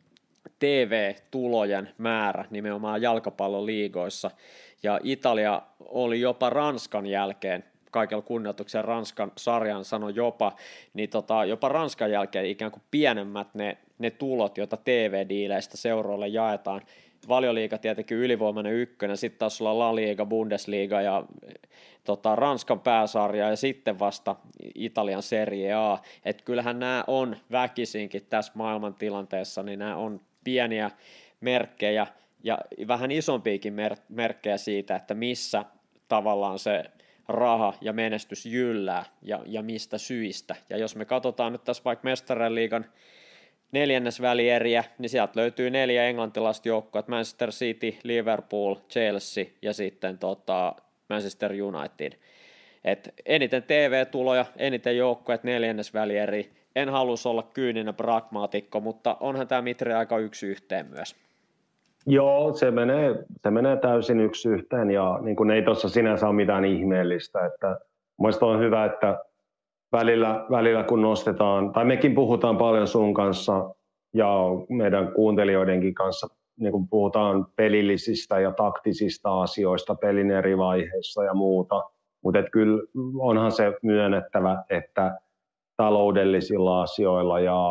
TV-tulojen määrä nimenomaan jalkapalloliigoissa, ja Italia oli jopa Ranskan jälkeen, kaikella kunnioituksen Ranskan sarjan sanoi jopa, niin jopa Ranskan jälkeen ikään kuin pienemmät ne tulot, joita TV-diileistä seuroille jaetaan. Valioliiga tietenkin ylivoimainen ykkönen, sitten taas olla La Liga, Bundesliga ja Ranskan pääsarja ja sitten vasta Italian Serie A. Että kyllähän nämä on väkisinkin tässä maailmantilanteessa, niin nämä on pieniä merkkejä ja vähän isompiakin merkkejä siitä, että missä tavallaan se raha ja menestys jyllää ja mistä syistä. Ja jos me katsotaan nyt tässä vaikka Mestariliigan neljännesvälieriä, niin sieltä löytyy 4 englantilaista joukkoa, Manchester City, Liverpool, Chelsea ja sitten Manchester United. Et eniten TV-tuloja, eniten joukkoja, neljännesvälieri. En halus olla kyyninen pragmaatikko, mutta onhan tämä Mitri aika yksi yhteen myös. Joo, se menee täysin yksi yhteen, ja niin kuin ei tuossa sinänsä ole mitään ihmeellistä. Että mielestäni on hyvä, että välillä kun nostetaan, tai mekin puhutaan paljon sun kanssa ja meidän kuuntelijoidenkin kanssa, niin kun puhutaan pelillisistä ja taktisista asioista pelin eri vaiheissa ja muuta, mutta kyllä onhan se myönnettävä, että taloudellisilla asioilla ja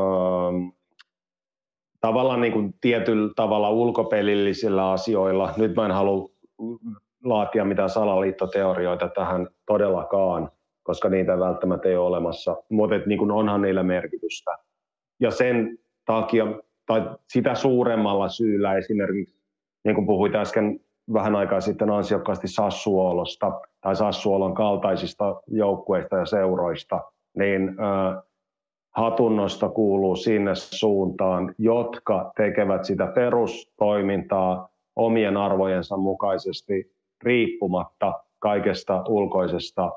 tavallaan niin kuin tietyllä tavalla ulkopelillisillä asioilla, nyt mä en halua laatia mitään salaliittoteorioita tähän todellakaan, koska niitä välttämättä ei ole olemassa, mutta niin onhan niillä merkitystä. Ja sen takia, tai sitä suuremmalla syyllä esimerkiksi, niin kuin puhuit äsken vähän aikaa sitten ansiokkaasti Sassuolosta tai Sassuolon kaltaisista joukkueista ja seuroista, niin hatunnosta kuuluu sinne suuntaan, jotka tekevät sitä perustoimintaa omien arvojensa mukaisesti riippumatta kaikesta ulkoisesta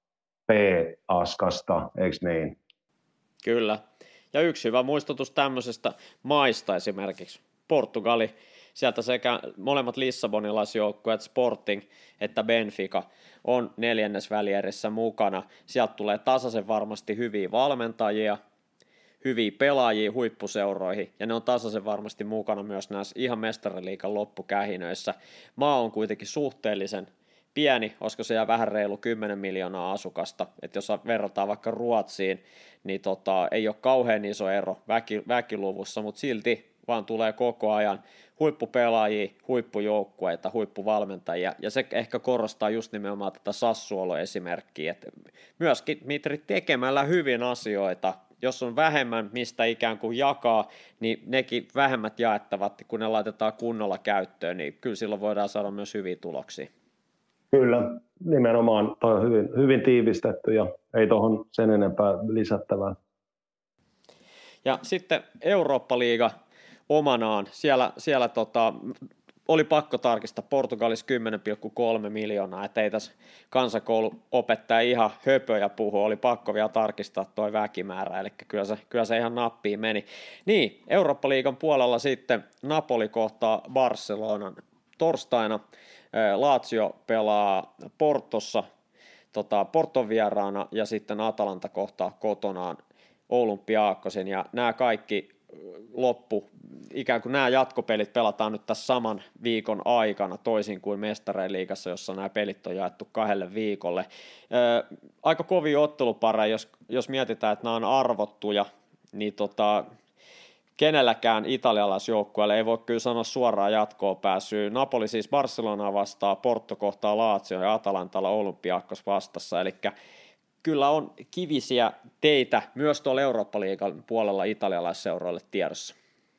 P-askasta, eikö niin? Kyllä. Ja yksi hyvä muistutus tämmöisestä maista esimerkiksi Portugali, sieltä sekä molemmat lissabonilaisjoukkueet Sporting että Benfica on neljännesvälierissä mukana. Sieltä tulee tasaisen varmasti hyviä valmentajia, hyviä pelaajia huippuseuroihin, ja ne on tasaisen varmasti mukana myös näissä ihan mestariliigan loppukähinöissä. Maa on kuitenkin suhteellisen pieni, olisiko se jää vähän reilu 10 miljoonaa asukasta, että jos verrataan vaikka Ruotsiin, niin ei ole kauhean iso ero väkiluvussa, mutta silti vaan tulee koko ajan huippupelaajia, huippujoukkueita, huippuvalmentajia, ja se ehkä korostaa just nimenomaan tätä Sassuolo-esimerkkiä, että myöskin Mitri tekemällä hyvin asioita, jos on vähemmän mistä ikään kuin jakaa, niin nekin vähemmät jaettavat, kun ne laitetaan kunnolla käyttöön, niin kyllä silloin voidaan saada myös hyviä tuloksia. Kyllä, nimenomaan toi on hyvin, hyvin tiivistetty ja ei tuohon sen enempää lisättävää. Ja sitten Eurooppa-liiga omanaan, siellä oli pakko tarkistaa Portugalissa 10,3 miljoonaa, että ei tässä kansakouluopettaja ihan höpöjä puhu, oli pakko vielä tarkistaa toi väkimäärä, eli kyllä se ihan nappiin meni. Niin, Eurooppa-liigan puolella sitten Napoli kohtaa Barcelonan torstaina, Lazio pelaa Portossa, Porton vieraana, ja sitten Atalanta kohtaa kotonaan Olympiakosin, ja nämä kaikki ikään kuin nämä jatkopelit pelataan nyt tässä saman viikon aikana, toisin kuin Mestariliigassa, jossa nämä pelit on jaettu 2 viikolle. Aika kovia ottelupareja, jos mietitään, että nämä on arvottuja, niin kenelläkään italialaisjoukkueelle ei voi kyllä sanoa suoraan jatkoa pääsyä. Napoli siis Barcelonaa vastaa, Porto kohtaa Lazio ja Atalantalla Olympiakos vastassa, eli kyllä on kivisiä teitä myös tuolla Eurooppa-liigan puolella italialaisseuroille tiedossa.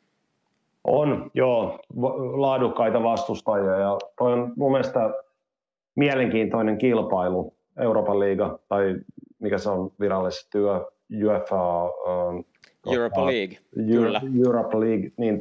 On, joo, laadukkaita vastustajia, ja toi on mun mielestä mielenkiintoinen kilpailu, Euroopan liiga, tai mikä se on virallisesti UEFA Europa League, kyllä. Europa League, niin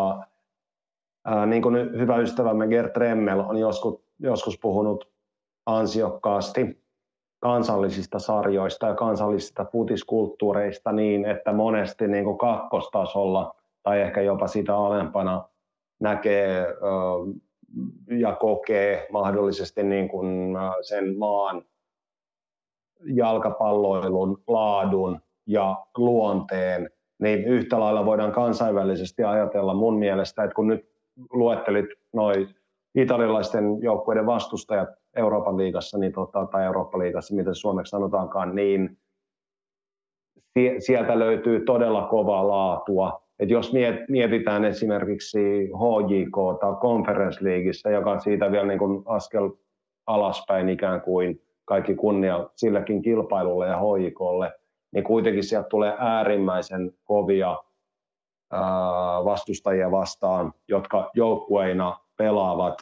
niin kuin hyvä ystävämme Gert Remmel on joskus puhunut ansiokkaasti kansallisista sarjoista ja kansallisista futiskulttuureista niin, että monesti niin kuin kakkostasolla tai ehkä jopa sitä alempana näkee ja kokee mahdollisesti niin kuin sen maan jalkapalloilun laadun ja luonteen, niin yhtä lailla voidaan kansainvälisesti ajatella mun mielestä, että kun nyt luettelit noi italialaisten joukkueiden vastustajat Euroopan liigassa, niin tai Eurooppa-liigassa, miten suomeksi sanotaankaan, niin sieltä löytyy todella kovaa laatua. Et jos mietitään esimerkiksi HJK tai Conference Leagueissa, joka on siitä vielä niin kuin askel alaspäin ikään kuin, kaikki kunnia silläkin kilpailulle ja HJKlle, niin kuitenkin sieltä tulee äärimmäisen kovia vastustajia vastaan, jotka joukkueina pelaavat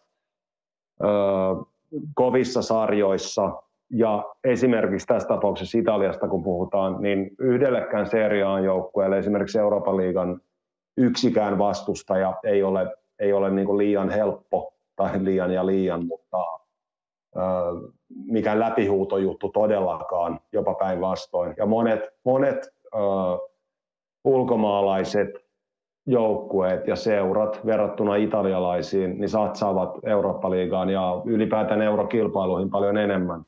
kovissa sarjoissa. Ja esimerkiksi tässä tapauksessa Italiasta, kun puhutaan, niin yhdellekään Serie A:n joukkueelle, esimerkiksi Euroopan liigan yksikään vastustaja ei ole niin kuin liian helppo tai liian, mutta mikään läpihuutojuttu todellakaan, jopa päinvastoin. Ja monet ulkomaalaiset joukkueet ja seurat verrattuna italialaisiin niin satsaavat Eurooppa-liigaan ja ylipäätään eurokilpailuihin paljon enemmän.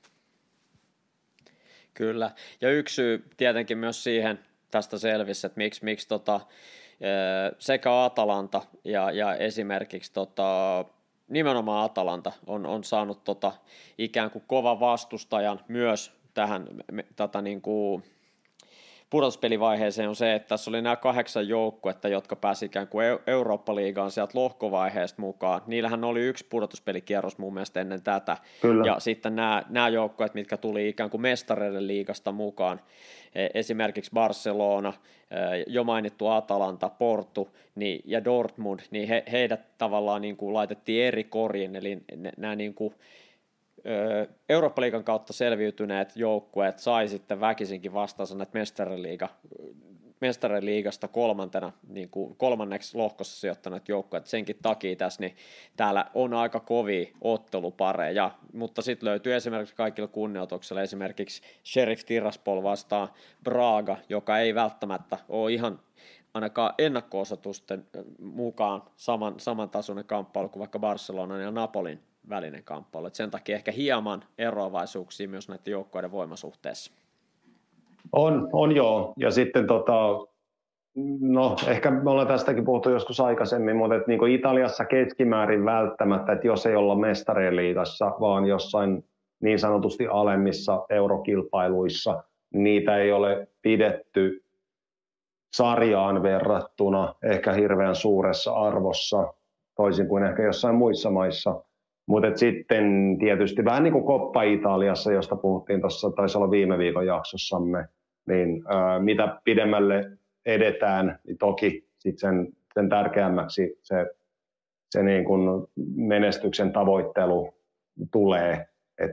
Kyllä, ja yksi syy tietenkin myös siihen tästä selvisi, että miksi sekä Atalanta ja esimerkiksi nimenomaan Atalanta on saanut ikään kuin kovan vastustajan myös tähän niin kuin pudotuspelivaiheeseen on se, että tässä oli nämä 8 joukkuetta, jotka pääsi ikään kuin Eurooppa-liigaan sieltä lohkovaiheesta mukaan. Niillähän oli 1 pudotuspelikierros mun mielestä ennen tätä. Kyllä. Ja sitten nämä joukkueet, mitkä tuli ikään kuin mestareiden liigasta mukaan, esimerkiksi Barcelona, jo mainittu Atalanta, Porto ja Dortmund, niin heidät tavallaan niin kuin laitettiin eri koriin, eli nämä niin kuin Eurooppa-liigan kautta selviytyneet joukkueet sai sitten väkisinkin vastaansa näitä mestarien liigasta kolmanneksi lohkossa sijoittaneet joukkueet. Senkin takia tässä niin täällä on aika kovia ottelupareja, mutta sitten löytyy esimerkiksi kaikilla kunnioituksella esimerkiksi Sheriff Tiraspol vastaan Braga, joka ei välttämättä ole ihan ainakaan ennakko-osoitusten mukaan samantasoinen kamppailu kuin vaikka Barcelonan ja Napolin välinen kamppailu. Et sen takia ehkä hieman eroavaisuuksia myös näiden joukkoiden voimasuhteessa. On joo. Ja sitten no ehkä me ollaan tästäkin puhuttu joskus aikaisemmin, mutta niin kuin Italiassa keskimäärin välttämättä, että jos ei olla mestarien liigassa, vaan jossain niin sanotusti alemmissa eurokilpailuissa, niitä ei ole pidetty sarjaan verrattuna ehkä hirveän suuressa arvossa, toisin kuin ehkä jossain muissa maissa. Mutta sitten tietysti vähän niin kuin Coppa Italiassa, josta puhuttiin tuossa, taisi olla viime viikon jaksossamme, niin mitä pidemmälle edetään, niin toki sit sen tärkeämmäksi se niin kuin menestyksen tavoittelu tulee.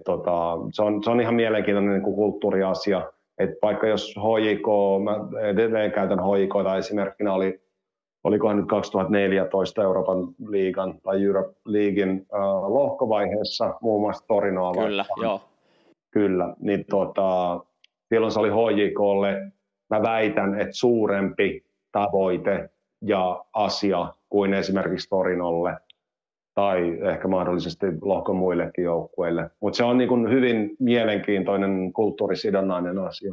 Se on ihan mielenkiintoinen niin kuin kulttuuriasia. Et vaikka jos HJK, mä edelleen käytän HJK:ta esimerkkinä, olikohan nyt 2014 Euroopan liigan tai Europe Leaguein lohkovaiheessa muun muassa Torinoa Kyllä, vastaan. joo. Kyllä, niin silloin se oli HJK:lle, mä väitän, että suurempi tavoite ja asia kuin esimerkiksi Torinolle tai ehkä mahdollisesti lohkon muillekin joukkueille. Mutta se on niin kuin hyvin mielenkiintoinen kulttuurisidonnainen asia.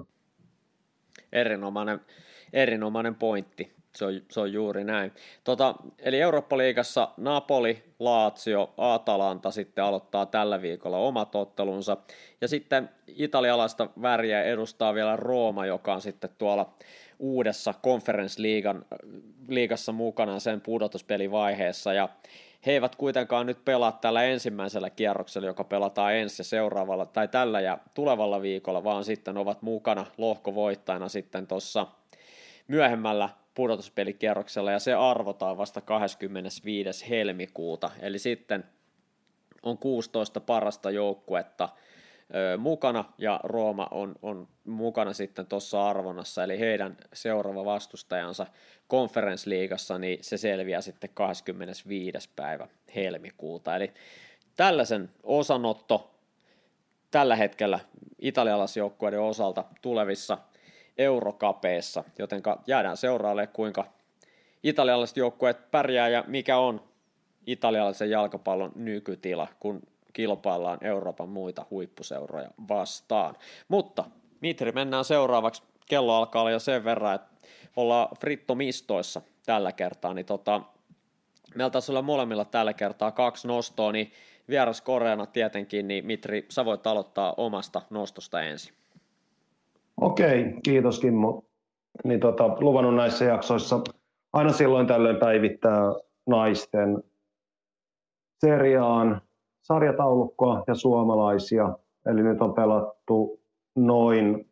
Erinomainen pointti. Se on juuri näin. Eli Eurooppa-liigassa Napoli, Lazio, Atalanta sitten aloittaa tällä viikolla omat ottelunsa. Ja sitten italialaista väriä edustaa vielä Rooma, joka on sitten tuolla uudessa Conference-liigassa mukana sen pudotuspelivaiheessa. Ja he eivät kuitenkaan nyt pelaa tällä ensimmäisellä kierroksella, joka pelataan ensi ja seuraavalla tai tällä ja tulevalla viikolla, vaan sitten ovat mukana lohkovoittajana sitten tuossa myöhemmällä pudotuspelikierroksella, ja se arvotaan vasta 25. helmikuuta, eli sitten on 16 parasta joukkuetta mukana, ja Rooma on mukana sitten tuossa arvonnassa, eli heidän seuraava vastustajansa Conference-liigassa, niin se selviää sitten 25. päivä helmikuuta, eli tällaisen osanotto tällä hetkellä italialaisjoukkueiden osalta tulevissa eurokapeissa, joten jäädään seuraalle, kuinka italialaiset joukkueet pärjää ja mikä on italialaisen jalkapallon nykytila, kun kilpaillaan Euroopan muita huippuseuroja vastaan. Mutta Mitri, mennään seuraavaksi. Kello alkaa olla jo sen verran, että ollaan frittomistoissa tällä kertaa, niin meillä taisi olla molemmilla tällä kertaa 2 nostoa, niin vieras Koreana tietenkin, niin Mitri, sä voit aloittaa omasta nostosta ensin. Okei, kiitos Kimmo. Niin luvannut näissä jaksoissa aina silloin tällöin päivittää naisten seriaan sarjataulukkoa ja suomalaisia. Eli nyt on pelattu noin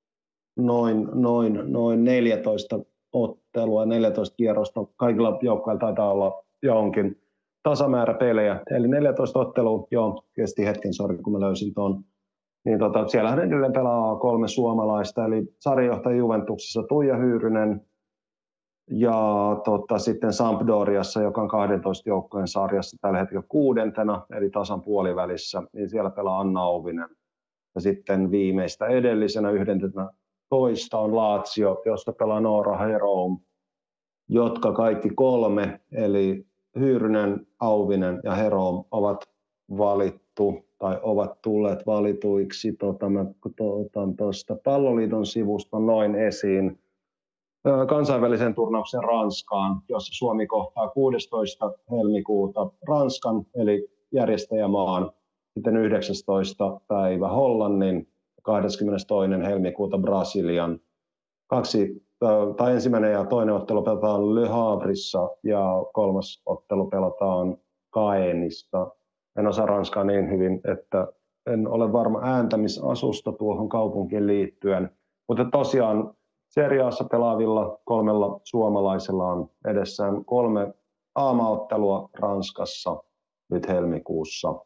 14 ottelua, 14 kierrosta. Kaikilla joukkueilla taitaa olla jonkin tasamäärä pelejä. Eli 14 ottelua, kesti hetken, kun mä löysin tuon. Niin siellähän edelleen pelaa 3 suomalaista, eli sarjajohtaja Juventuksessa Tuija Hyyrynen ja sitten Sampdoriassa, joka on 12 joukkojen sarjassa tällä hetkellä 6. eli tasan puolivälissä, niin siellä pelaa Anna Auvinen. Ja sitten viimeistä edellisenä 11 on Lazio, josta pelaa Noora Heroum, jotka kaikki 3, eli Hyyrynen, Auvinen ja Heroum ovat valittu tai ovat tulleet valituiksi, mä otan tuosta Palloliiton sivusta noin esiin, kansainvälisen turnauksen Ranskaan, jossa Suomi kohtaa 16. helmikuuta Ranskan, eli järjestäjämaan, sitten 19. päivä Hollannin, 22. helmikuuta Brasilian, tai ensimmäinen ja toinen ottelu pelataan Le Havrissa ja kolmas ottelu pelataan Caenista. En osaa ranskaa niin hyvin, että en ole varma ääntämisasusta tuohon kaupunkiin liittyen. Mutta tosiaan Serie A:ssa pelaavilla 3 suomalaisella on edessään 3 aamaottelua Ranskassa nyt helmikuussa.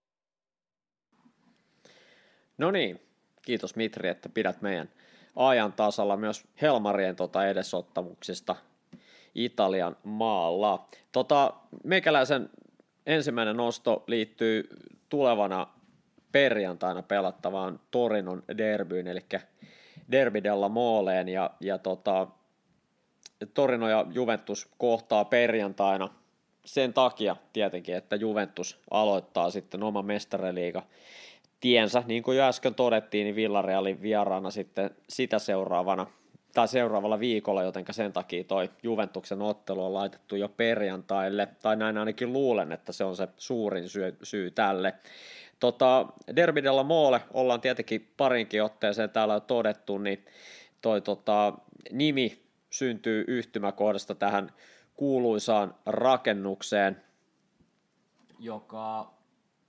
No niin, kiitos Mitri, että pidät meidän ajan tasalla myös Helmarien edesottamuksista Italian maalla. Meikäläisen ensimmäinen nosto liittyy tulevana perjantaina pelattavaan Torinon derbyyn, eli Derby della Moleen, ja Torino ja Juventus kohtaa perjantaina sen takia tietenkin, että Juventus aloittaa sitten oman mestariliiga tiensä, niin kuin jo äsken todettiin, niin Villarealin vieraana sitten sitä seuraavalla viikolla, jotenka sen takia toi Juventuksen ottelu on laitettu jo perjantaille, tai näin ainakin luulen, että se on se suurin syy tälle. Derby della Mole ollaan tietenkin parinkin otteeseen täällä jo todettu, niin toi nimi syntyy yhtymäkohdasta tähän kuuluisaan rakennukseen, joka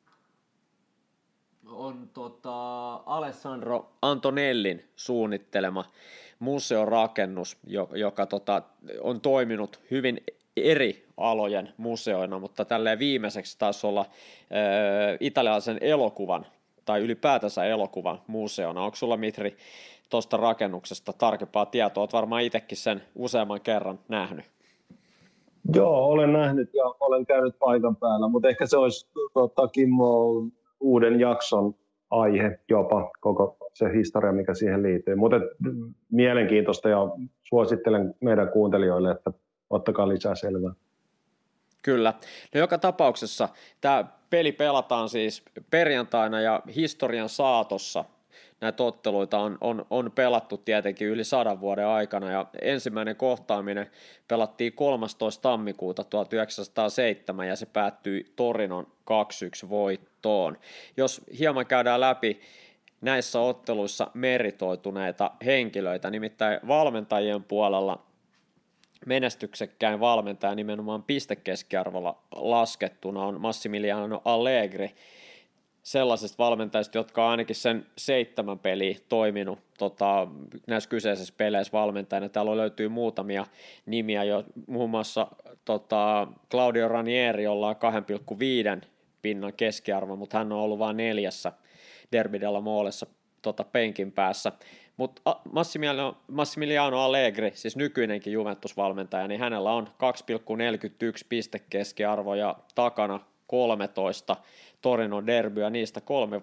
on Alessandro Antonellin suunnittelema museorakennus, joka on toiminut hyvin eri alojen museoina, mutta tälleen viimeiseksi taisi olla italialaisen elokuvan tai ylipäätänsä elokuvan museona. Onko sulla, Mitri, tuosta rakennuksesta tarkempaa tietoa? Olet varmaan itsekin sen useamman kerran nähnyt. Joo, olen nähnyt ja olen käynyt paikan päällä, mutta ehkä se olisi Kimmo uuden jakson aihe jopa, koko se historia, mikä siihen liittyy. Mutta mielenkiintoista ja suosittelen meidän kuuntelijoille, että ottakaa lisää selvää. Kyllä. No joka tapauksessa tämä peli pelataan siis perjantaina ja historian saatossa näitä otteluita on pelattu tietenkin yli 100 vuoden aikana, ja ensimmäinen kohtaaminen pelattiin 13. tammikuuta 1907 ja se päättyi Torinon 2-1 voittoon. Jos hieman käydään läpi näissä otteluissa meritoituneita henkilöitä, nimittäin valmentajien puolella menestyksekkäin valmentaja nimenomaan pistekeskiarvolla laskettuna on Massimiliano Allegri, sellaisista valmentajista, jotka on ainakin sen 7 peliä toiminut näissä kyseisissä peleissä valmentajana. Täällä löytyy muutamia nimiä jo, muun muassa Claudio Ranieri, jolla on 2,5 pinnan keskiarvo, mutta hän on ollut vain 4 Derby della Molessa penkin päässä. Mutta Massimiliano Allegri, siis nykyinenkin Juventus-valmentaja, niin hänellä on 2,41 pistekeskiarvo ja takana 13 Torinon derbyä, niistä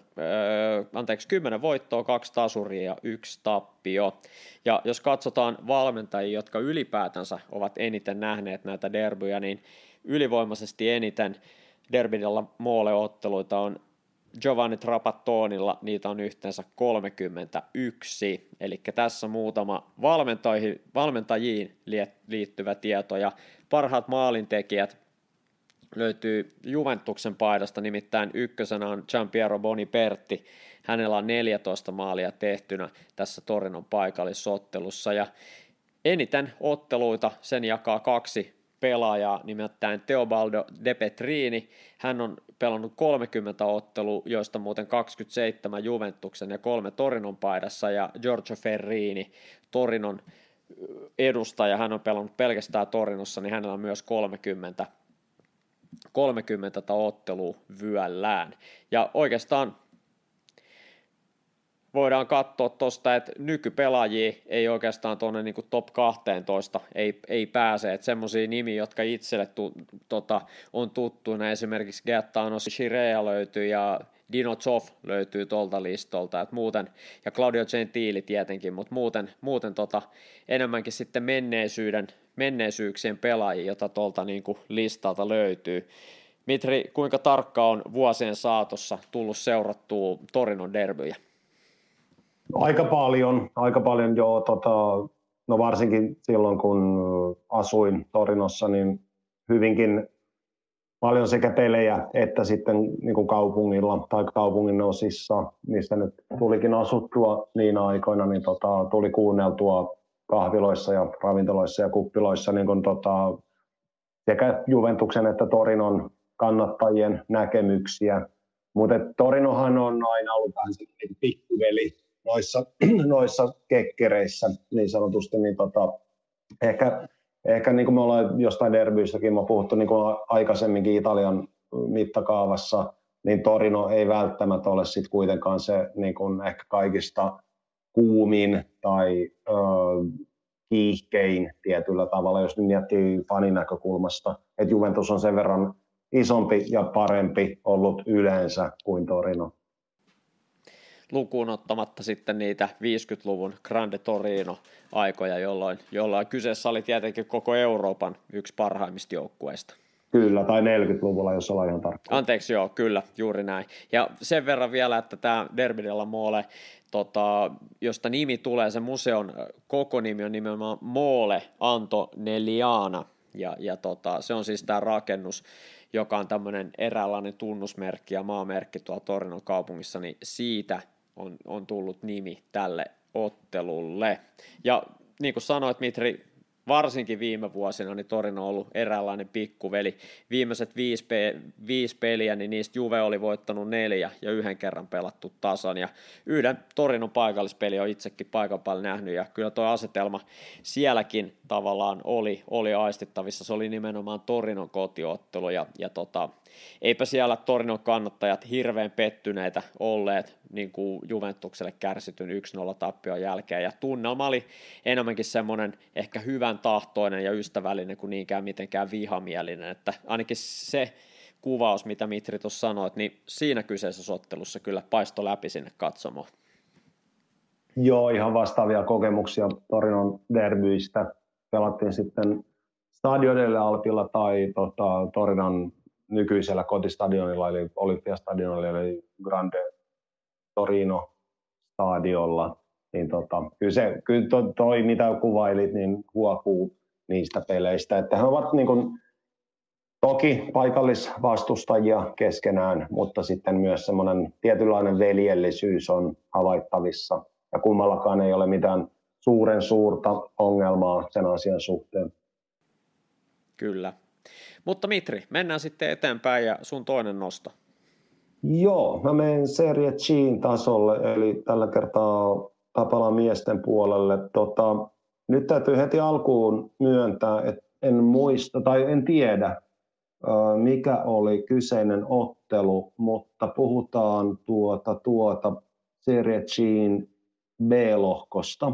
10 voittoa, 2 tasuria ja 1 tappio. Ja jos katsotaan valmentajia, jotka ylipäätänsä ovat eniten nähneet näitä derbyjä, niin ylivoimaisesti eniten Derby della Mole-otteluita on Giovanni Trapatonilla, niitä on yhteensä 31, eli tässä muutama valmentajiin liittyvä tieto, ja parhaat maalintekijät löytyy Juventuksen paidasta, nimittäin ykkösenä on Gianpiero Boniperti, hänellä on 14 maalia tehtynä tässä Torinon paikallisottelussa, ja eniten otteluita sen jakaa 2 pelaajaa, nimittäin Teobaldo De Petrini, hän on pelannut 30 ottelua, joista muuten 27 Juventuksen ja 3 Torinon paidassa, ja Giorgio Ferrini, Torinon edustaja, hän on pelannut pelkästään Torinossa, niin hänellä on myös 30 ottelua vyöllään. Ja oikeastaan voidaan katsoa tuosta, että nykypelaajia ei oikeastaan tuonne niin kuin top 12 ei pääse, että semmoisia nimiä, jotka itselle on tuttuina, esimerkiksi Gaetano Scirea löytyy ja Dino Zoff löytyy tuolta listolta, että muuten, ja Claudio Gentili tietenkin, mutta muuten enemmänkin sitten menneisyyksien pelaajia, jota tuolta niin kuin listalta löytyy. Mitri, kuinka tarkka on vuosien saatossa tullut seurattua Torinon derbyjä? Aika paljon joo. No varsinkin silloin, kun asuin Torinossa, niin hyvinkin paljon sekä pelejä että sitten niin kuin kaupungilla tai kaupungin osissa, missä nyt tulikin asuttua niin aikoina, niin tuli kuunneltua kahviloissa ja ravintoloissa ja kuppiloissa niin kuin, sekä Juventuksen että Torinon kannattajien näkemyksiä. Mutta Torinohan on aina ollut vähän sellainen pikkuveli noissa kekkereissä niin sanotusti. Niin ehkä niin kuin me ollaan jostain derbyissäkin puhuttu niin kuin aikaisemminkin Italian mittakaavassa, niin Torino ei välttämättä ole sit kuitenkaan se niin kuin ehkä kaikista kuumin tai kiihkein tietyllä tavalla, jos nyt miettii fanin näkökulmasta, että Juventus on sen verran isompi ja parempi ollut yleensä kuin Torino. Lukuun ottamatta sitten niitä 50-luvun Grande Torino-aikoja, jolloin kyseessä oli tietenkin koko Euroopan yksi parhaimmista joukkueista. Kyllä, tai 40-luvulla, jos ollaan ihan tarkkaan. Anteeksi, joo, kyllä, juuri näin. Ja sen verran vielä, että tämä Derby della Mole, josta nimi tulee, se museon koko nimi on nimenomaan Mole Antonelliana, ja se on siis tämä rakennus, joka on tämmöinen eräänlainen tunnusmerkki ja maamerkki tuolla Torinon kaupungissa, niin siitä on tullut nimi tälle ottelulle. Ja niin kuin sanoit, Mitri, varsinkin viime vuosina niin Torino on ollut eräänlainen pikkuveli. Viimeiset 5 peliä, niin niistä Juve oli voittanut 4 ja yhden kerran pelattu tasan. Ja yhden Torinon paikallispeli on itsekin paikan päällä nähnyt, ja kyllä tuo asetelma sielläkin tavallaan oli aistittavissa. Se oli nimenomaan Torinon kotiottelu, ja eipä siellä Torinon kannattajat hirveän pettyneitä olleet niin kuin Juventukselle kärsityn 1-0 tappion jälkeen, ja tunnelma oli enemmänkin semmoinen ehkä hyvän tahtoinen ja ystävällinen kuin niinkään mitenkään vihamielinen, että ainakin se kuvaus, mitä Mitri tuossa sanoit, niin siinä kyseisessä ottelussa kyllä paistoi läpi sinne katsomoon. Joo, ihan vastaavia kokemuksia Torinon derbyistä. Pelattiin sitten Stadio dell'Alpilla tai Torinon nykyisellä kotistadionilla, eli Olympiastadionilla, eli Grande Torino stadiolla. Niin kyllä toi, mitä kuvailit, niin huokuu niistä peleistä. Että he ovat niin kuin, toki paikallisvastustajia keskenään, mutta sitten myös semmoinen tietynlainen veljellisyys on havaittavissa. Ja kummallakaan ei ole mitään suurta ongelmaa sen asian suhteen. Kyllä. Mutta Mitri, mennään sitten eteenpäin ja sun toinen nosto. Joo, mä menen Serie C:n tasolle, eli tällä kertaa Tapalan miesten puolelle. Nyt täytyy heti alkuun myöntää, että en muista tai en tiedä, mikä oli kyseinen ottelu, mutta puhutaan Serie C:n B-lohkosta,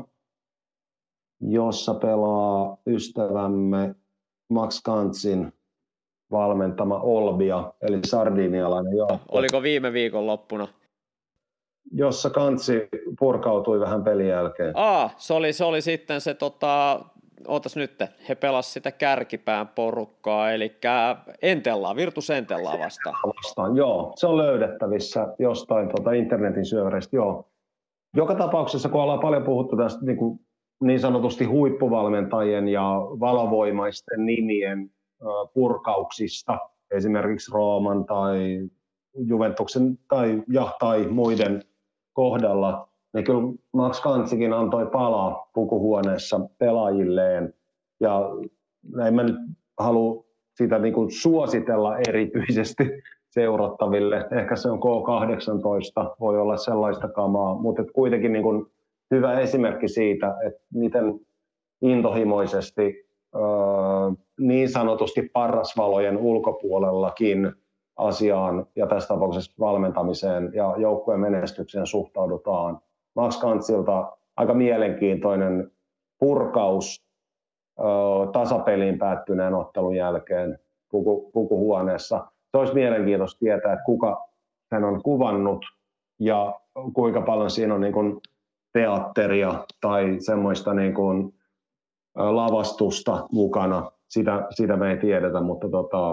jossa pelaa ystävämme Max Kantzin valmentama Olbia, eli sardinialainen joukkue. Oliko viime viikon loppuna? Jossa Kantsi purkautui vähän pelin jälkeen. Se oli sitten se, ootas nyt, he pelasivat sitä kärkipään porukkaa, eli Virtus Entellaa vastaan. Joo, se on löydettävissä jostain internetin syövereistä, joo. Joka tapauksessa, kun ollaan paljon puhuttu tästä niin sanotusti huippuvalmentajien ja valovoimaisten nimien purkauksista, esimerkiksi Rooman tai Juventuksen tai muiden kohdalla, niin kyllä Max Kantzikin antoi palaa pukuhuoneessa pelaajilleen, ja en mä nyt halua sitä niin kuin suositella erityisesti seurattaville. Ehkä se on K18, voi olla sellaista kamaa, mutta kuitenkin niin kuin hyvä esimerkki siitä, että miten intohimoisesti niin sanotusti parrasvalojen ulkopuolellakin asiaan ja tässä tapauksessa valmentamiseen ja joukkueen menestykseen suhtaudutaan. Max Kantzilta aika mielenkiintoinen purkaus tasapeliin päättyneen ottelun jälkeen pukuhuoneessa. Se olisi mielenkiintoista tietää, että kuka hän on kuvannut ja kuinka paljon siinä on niin kuin teatteria tai semmoista niin kuin lavastusta mukana. Sitä me ei tiedetä, mutta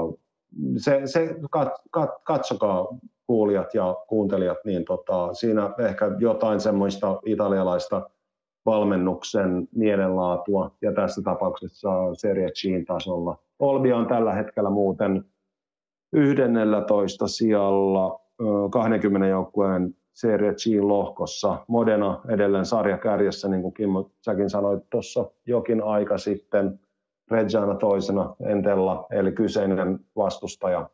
katsokaa kuulijat ja kuuntelijat, niin siinä ehkä jotain semmoista italialaista valmennuksen mielenlaatua, ja tässä tapauksessa Serie C:n tasolla. Olbia on tällä hetkellä muuten 11 sijalla 20 joukkueen Serie G-lohkossa. Modena edelleen sarjakärjessä, niin kuin Kimmo, säkin sanoit tuossa jokin aika sitten. Reggiana toisena, Entella, eli kyseinen vastustaja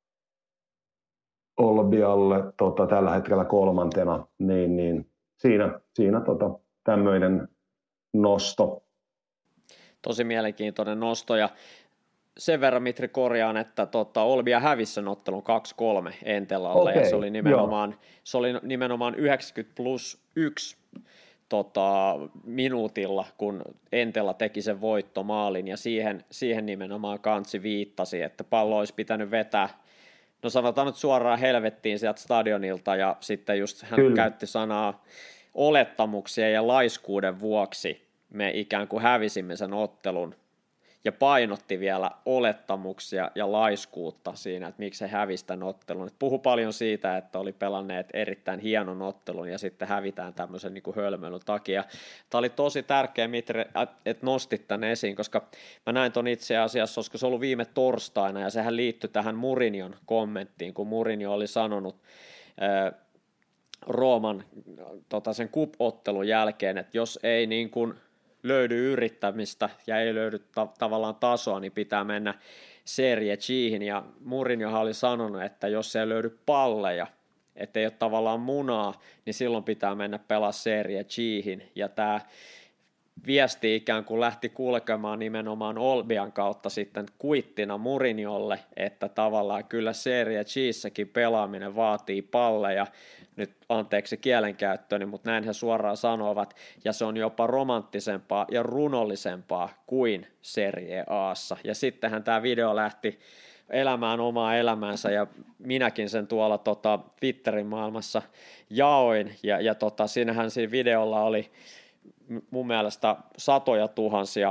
Olbialle tällä hetkellä kolmantena, niin siinä tämmöinen nosto. Tosi mielenkiintoinen nosto, ja sen verran Mitri korjaan, että Olbia hävisi sen ottelun 2-3 Entelalle, ja se oli nimenomaan 90+1 minuutilla, kun Entela teki sen voittomaalin, ja siihen nimenomaan Kantsi viittasi, että pallo olisi pitänyt vetää, no sanotaan nyt suoraan helvettiin sieltä stadionilta, ja sitten just hän käytti sanaa olettamuksia ja laiskuuden vuoksi me ikään kuin hävisimme sen ottelun, ja painotti vielä olettamuksia ja laiskuutta siinä, että miksi he hävisi tämän ottelun. Puhu paljon siitä, että oli pelanneet erittäin hienon ottelun ja sitten hävitään tämmöisen niin kuin hölmöilyn takia. Tämä oli tosi tärkeä, Mitri, että nostit tämän esiin, koska mä näin ton itse asiassa, koska se ollut viime torstaina, ja sehän liittyi tähän Mourinhon kommenttiin, kun Mourinho oli sanonut Rooman sen cup-ottelun jälkeen, että jos ei niin kuin löydy yrittämistä ja ei löydy tavallaan tasoa, niin pitää mennä Serie G:hin, ja Mourinho oli sanonut, että jos ei löydy palleja, ettei ole tavallaan munaa, niin silloin pitää mennä pelaa Serie G:hin, ja tämä viesti ikään kuin lähti kulkemaan nimenomaan Olbian kautta sitten kuittina Mourinholle, että tavallaan kyllä Serie G:ssäkin pelaaminen vaatii palleja, nyt anteeksi kielenkäyttöni, mutta näin he suoraan sanovat, ja se on jopa romanttisempaa ja runollisempaa kuin Serie A:ssa. Ja sittenhän tämä video lähti elämään omaa elämäänsä, ja minäkin sen tuolla Twitterin maailmassa jaoin, ja siinähän siinä videolla oli mun mielestä satoja tuhansia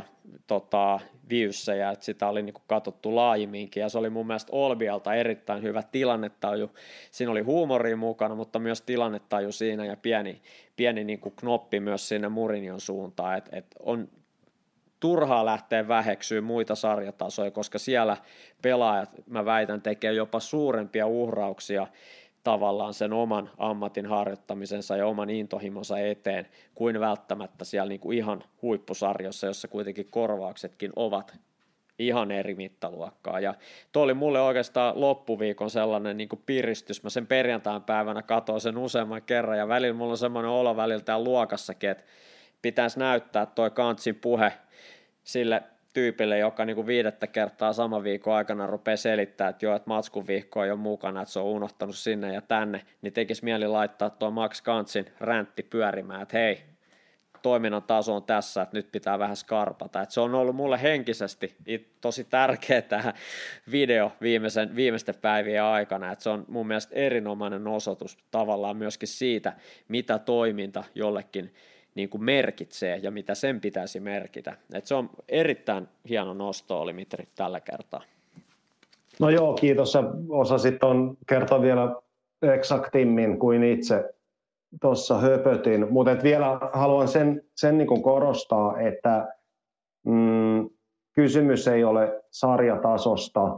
viewsejä, että sitä oli niin kuin katsottu laajemminkin, ja se oli mun mielestä Olbialta erittäin hyvä tilannetaju. Siinä oli huumoria mukana, mutta myös tilannetaju siinä, ja pieni niin kuin knoppi myös sinne Mourinhon suuntaan, että on turhaa lähteä väheksyä muita sarjatasoja, koska siellä pelaajat, mä väitän, tekee jopa suurempia uhrauksia tavallaan sen oman ammatin harjoittamisensa ja oman intohimonsa eteen kuin välttämättä siellä niin kuin ihan huippusarjossa, jossa kuitenkin korvauksetkin ovat ihan eri mittaluokkaa. Ja tuo oli mulle oikeastaan loppuviikon sellainen niin kuin piristys. Mä sen perjantain päivänä katsoin sen useamman kerran, ja välillä mulla on semmoinen olo välillä täällä luokassakin, että pitäisi näyttää toi Kantsin puhe sille tyypille, joka niin kuin 5. kertaa saman viikon aikana rupeaa selittämään, että joo, että matskun viikko ei ole mukana, että se on unohtanut sinne ja tänne, niin tekisi mieli laittaa tuo Max Kantsin räntti pyörimään, että hei, toiminnan taso on tässä, että nyt pitää vähän skarpata. Että se on ollut mulle henkisesti tosi tärkeä tämä video viimeisten päivien aikana, että se on mun mielestä erinomainen osoitus tavallaan myöskin siitä, mitä toiminta jollekin niin kuin merkitsee ja mitä sen pitäisi merkitä. Et se on erittäin hieno nosto oli Mitri tällä kertaa. No joo, kiitos. Sä osasit kertoa vielä eksaktimmin kuin itse tuossa höpötin, mutta vielä haluan sen niin kuin korostaa, että kysymys ei ole sarjatasosta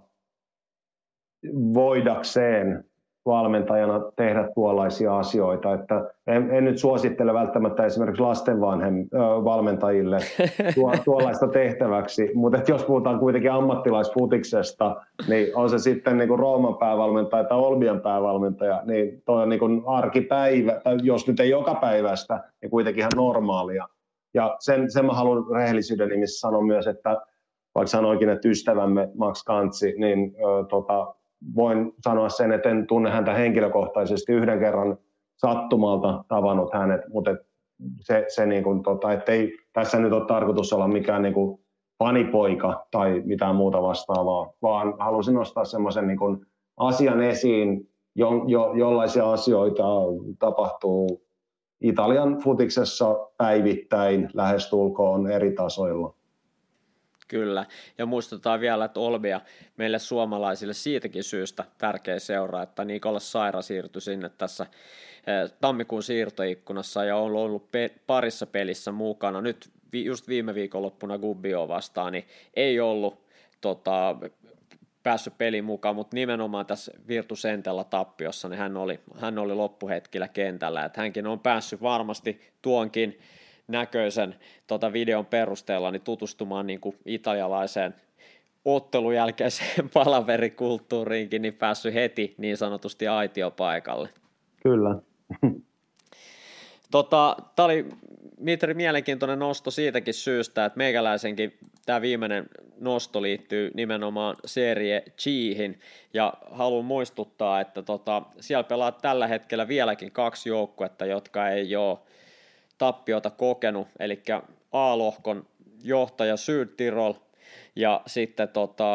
voidakseen valmentajana tehdä tuollaisia asioita, että en nyt suosittele välttämättä esimerkiksi lasten valmentajille tuollaista tehtäväksi, mutta jos puhutaan kuitenkin ammattilaisfutiksesta, niin on se sitten niin kuin Rooman päävalmentaja tai Olbian päävalmentaja, niin toi on niin kuin arkipäivä, tai jos nyt ei joka päivästä, niin kuitenkin ihan normaalia. Ja sen mä haluan rehellisyyden nimissä sanoa myös, että vaikka sanoinkin, että ystävämme Max Kantsi, niin voin sanoa sen, että en tunne häntä henkilökohtaisesti, yhden kerran sattumalta tavannut hänet, mutta se niin kuin, että ei tässä nyt ole tarkoitus olla mikään niin kuin fanipoika tai mitään muuta vastaavaa, vaan halusin nostaa semmoisen niin kuin asian esiin, jollaisia asioita tapahtuu Italian futiksessa päivittäin lähestulkoon eri tasoilla. Kyllä, ja muistutaan vielä, että Olbia meille suomalaisille siitäkin syystä tärkeä seura, että Nicolas Saira siirtyi sinne tässä tammikuun siirtoikkunassa ja on ollut parissa pelissä mukana. Nyt just viime viikonloppuna Gubbio vastaan, niin ei ollut päässyt peliin mukaan, mutta nimenomaan tässä Virtus Entellä tappiossa niin hän oli loppuhetkillä kentällä, että hänkin on päässyt varmasti tuonkin näköisen videon perusteella niin tutustumaan niin kuin italialaiseen ottelun jälkeiseen palaverikulttuuriinkin, niin päässyt heti niin sanotusti aitiopaikalle. Kyllä. Tämä oli Mitri mielenkiintoinen nosto siitäkin syystä, että meikäläisenkin tämä viimeinen nosto liittyy nimenomaan Serie G:hin, ja haluan muistuttaa, että siellä pelaa tällä hetkellä vieläkin 2 joukkuetta, jotka ei ole tappiota kokenut, eli A-lohkon johtaja Südtirol ja sitten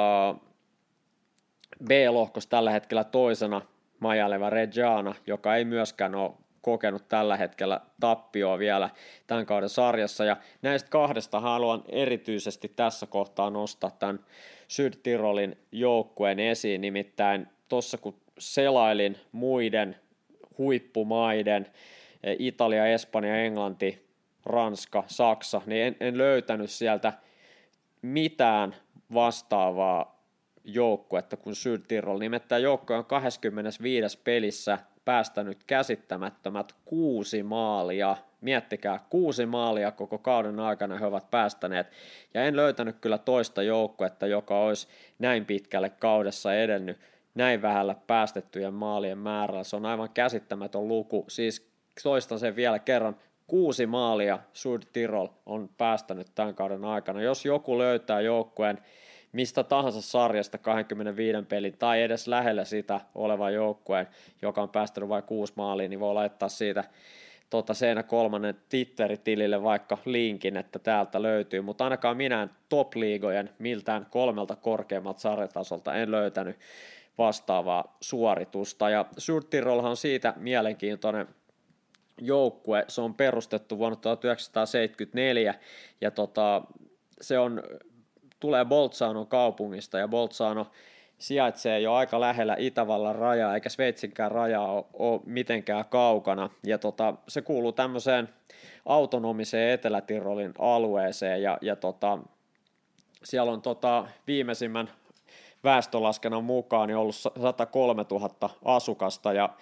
B-lohkossa tällä hetkellä toisena Majaleva Reggiana, joka ei myöskään ole kokenut tällä hetkellä tappioa vielä tämän kauden sarjassa, ja näistä 2 haluan erityisesti tässä kohtaa nostaa tämän Südtirolin joukkueen esiin, nimittäin tuossa kun selailin muiden huippumaiden, Italia, Espanja, Englanti, Ranska, Saksa, niin en löytänyt sieltä mitään vastaavaa joukkuetta kuin Südtirol. Nimittäin joukkue on 25. pelissä päästänyt käsittämättömät 6 maalia. Miettikää, 6 maalia koko kauden aikana he ovat päästäneet. Ja en löytänyt kyllä toista joukkuetta, joka olisi näin pitkälle kaudessa edennyt näin vähällä päästettyjen maalien määrällä. Se on aivan käsittämätön luku. Siis toistan sen vielä kerran. 6 maalia Südtirol on päästänyt tämän kauden aikana. Jos joku löytää joukkueen mistä tahansa sarjasta 25 pelin tai edes lähellä sitä olevan joukkueen, joka on päästänyt vain 6 maalia, niin voi laittaa siitä Seinä kolmannen Twitter-tilille vaikka linkin, että täältä löytyy, mutta ainakaan minä top-liigojen miltään 3 korkeammalta sarjatasolta en löytänyt vastaavaa suoritusta, ja Südtirolhan on siitä mielenkiintoinen joukkue, se on perustettu vuonna 1974, ja se tulee Bolzanon kaupungista, ja Bolzano sijaitsee jo aika lähellä Itävallan rajaa, eikä Sveitsinkään rajaa ole mitenkään kaukana, ja se kuuluu tämmöiseen autonomiseen Etelä-Tirolin alueeseen, ja siellä on viimeisimmän väestölaskennan mukaan niin ollut 103 000 asukasta, ja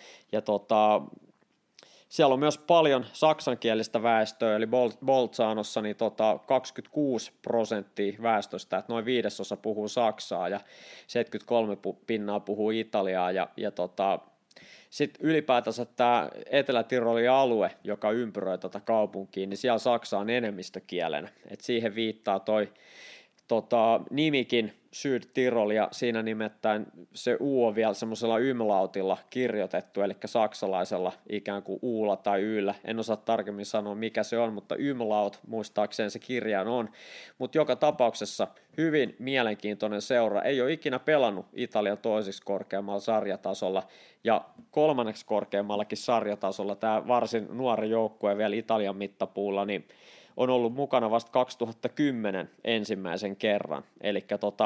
siellä on myös paljon saksankielistä väestöä, eli Bolzanossa niin 26% väestöstä, että noin 1/5 puhuu saksaa ja 73% puhuu italiaa, ja sitten ylipäätänsä tämä Etelä-Tirolin alue, joka ympyröi tätä kaupunkia, niin siellä saksa on enemmistökielenä, että siihen viittaa toi nimikin Südtirol, ja siinä nimittäin se U on vielä semmoisella ymlautilla kirjoitettu, eli saksalaisella ikään kuin Ulla tai Yllä, en osaa tarkemmin sanoa mikä se on, mutta ymlaut muistaakseen se kirjain on, mutta joka tapauksessa hyvin mielenkiintoinen seura, ei ole ikinä pelannut Italian toisiksi korkeammalla sarjatasolla, ja 3. korkeammallakin sarjatasolla tämä varsin nuori joukkue vielä Italian mittapuulla, niin on ollut mukana vasta 2010 ensimmäisen kerran, eli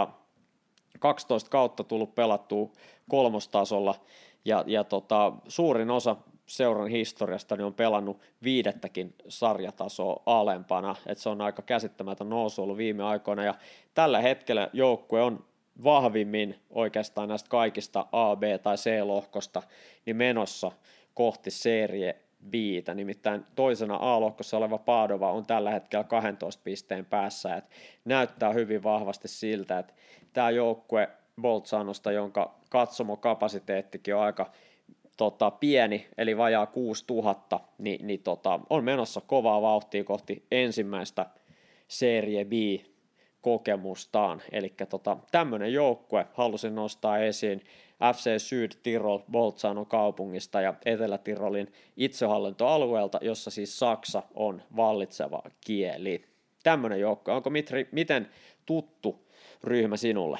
12 kautta tullut pelattua 3. tasolla, ja suurin osa seuran historiasta niin on pelannut 5. sarjatasoa alempana, että se on aika käsittämätön nousu ollut viime aikoina, ja tällä hetkellä joukkue on vahvimmin oikeastaan näistä kaikista A, B tai C-lohkosta niin menossa kohti Serie B:tä, nimittäin toisena A-lohkossa oleva Padova on tällä hetkellä 12 pisteen päässä, että näyttää hyvin vahvasti siltä, että tämä joukkue Bolzanosta, jonka katsomokapasiteettikin on aika pieni, eli vajaa 6000, niin on menossa kovaa vauhtia kohti ensimmäistä Serie B-kokemustaan, eli tämmöinen joukkue halusin nostaa esiin FC Südtirol Bolzanon kaupungista ja Etelä-Tirolin itsehallintoalueelta, jossa siis saksa on vallitseva kieli. Tämmöinen joukkue. Onko Mitri, miten tuttu ryhmä sinulle?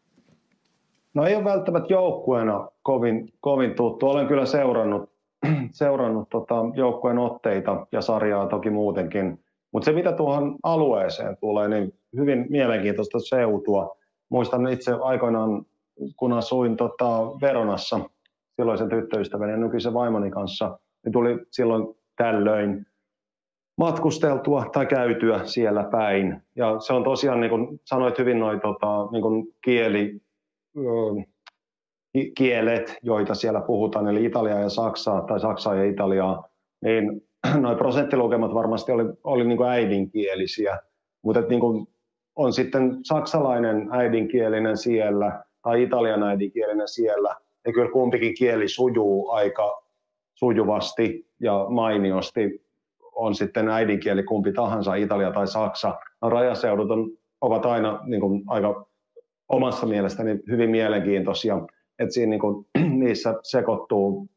No ei ole välttämättä joukkueena kovin tuttu. Olen kyllä seurannut joukkueen otteita ja sarjaa toki muutenkin. Mutta se mitä tuohon alueeseen tulee, niin hyvin mielenkiintoista seutua. Muistan itse aikoinaan, kun asuin Veronassa silloisen tyttöystäväni ja nykyisen vaimoni kanssa, niin tuli silloin tällöin matkusteltua tai käytyä siellä päin. Ja se on tosiaan, niin kuin sanoit hyvin, niin kielet, joita siellä puhutaan, eli Italiaa ja Saksaa tai Saksaa ja Italiaa, niin nuo prosenttilukemat varmasti oli niin kuin äidinkielisiä, mutta niin kuin on sitten saksalainen äidinkielinen siellä tai italian äidinkielinen siellä, ja kyllä kumpikin kieli sujuu aika sujuvasti ja mainiosti, on sitten äidinkieli kumpi tahansa, Italia tai Saksa. No, rajaseudut ovat aina niin kuin aika omassa mielestäni hyvin mielenkiintoisia, että siinä niin kuin, niissä sekoittuu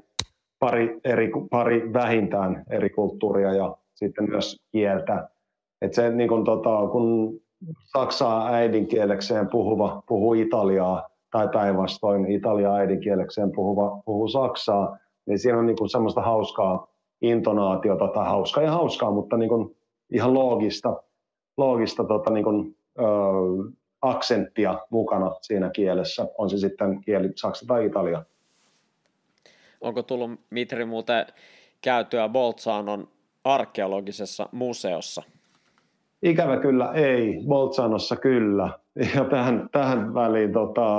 pari vähintään eri kulttuuria ja sitten myös kieltä. Et se, niin kuin, kun saksaa äidinkielekseen puhuva puhuu italiaa tai päinvastoin Italiaa äidinkielekseen puhuva puhuu saksaa, niin siinä on niin kuin semmoista hauskaa intonaatiota tai hauskaa, mutta niin kuin ihan loogista niin kuin, aksenttia mukana siinä kielessä, on se sitten kieli saksa tai italia. Onko tullut, Mitri, muuten käytyä Bolzanon arkeologisessa museossa? Ikävä kyllä ei, Bolzanossa kyllä. Ja tähän väliin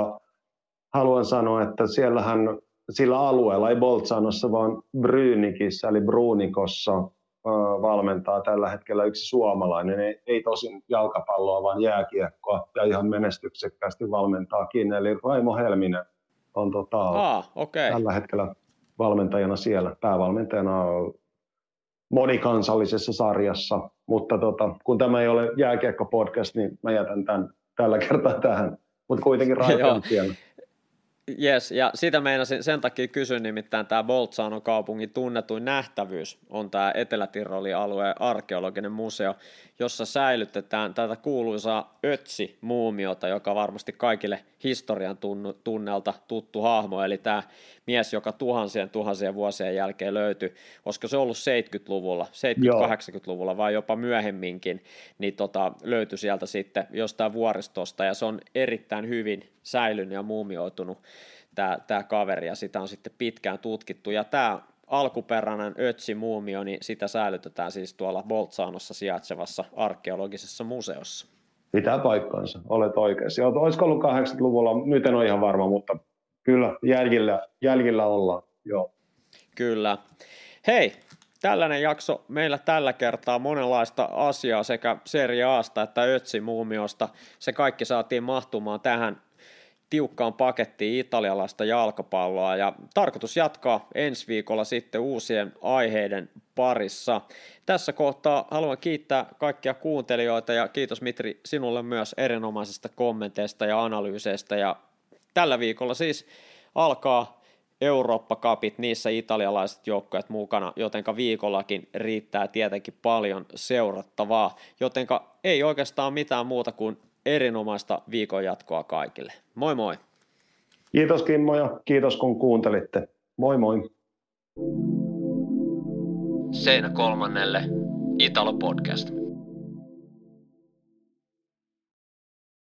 haluan sanoa, että sillä alueella, ei Bolzanossa, vaan Brynikissä, eli Brunikossa, valmentaa tällä hetkellä yksi suomalainen, ei tosin jalkapalloa, vaan jääkiekkoa, ja ihan menestyksekkäästi valmentaakin, eli Raimo Helminen on tällä hetkellä valmentajana siellä, päävalmentajana monikansallisessa sarjassa, mutta kun tämä ei ole jääkiekko-podcast, niin mä jätän tämän tällä kertaa tähän, mutta kuitenkin Raimo siellä. Yes, ja sitä meinasin, sen takia kysyn, nimittäin tämä Bolzanon kaupungin tunnetuin nähtävyys on tämä Etelä-Tirolin alueen arkeologinen museo, jossa säilytetään tätä kuuluisaa Ötzi-muumiota, joka varmasti kaikille historian tunnelta tuttu hahmo, eli tämä mies, joka tuhansien vuosien jälkeen löytyi, olisiko se ollut 70-luvulla, 70-80-luvulla vai jopa myöhemminkin, niin löytyi sieltä sitten jostain vuoristosta, ja se on erittäin hyvin säilynyt ja muumioitunut tämä kaveri, ja sitä on sitten pitkään tutkittu, ja tämä alkuperäinen Ötzi-muumio, niin sitä säilytetään siis tuolla Bolzanossa sijaitsevassa arkeologisessa museossa. Pitää paikkansa, olet oikeassa. Olisiko ollut 80-luvulla, nyt en ole ihan varma, mutta kyllä jäljillä ollaan, joo. Kyllä. Hei, tällainen jakso meillä tällä kertaa, monenlaista asiaa sekä Serie A:sta että Ötzi-muumiosta. Se kaikki saatiin mahtumaan tähän tiukkaan pakettiin italialaista jalkapalloa, ja tarkoitus jatkaa ensi viikolla sitten uusien aiheiden parissa. Tässä kohtaa haluan kiittää kaikkia kuuntelijoita, ja kiitos Mitri sinulle myös erinomaisista kommenteista ja analyyseistä, ja tällä viikolla siis alkaa Eurooppa-cupit, niissä italialaiset joukkueet mukana, jotenka viikollakin riittää tietenkin paljon seurattavaa, jotenka ei oikeastaan mitään muuta kuin erinomaista viikon jatkoa kaikille. Moi moi! Kiitos Kimmo ja kiitos kun kuuntelitte. Moi moi! Seinä kolmannelle Italo Podcast.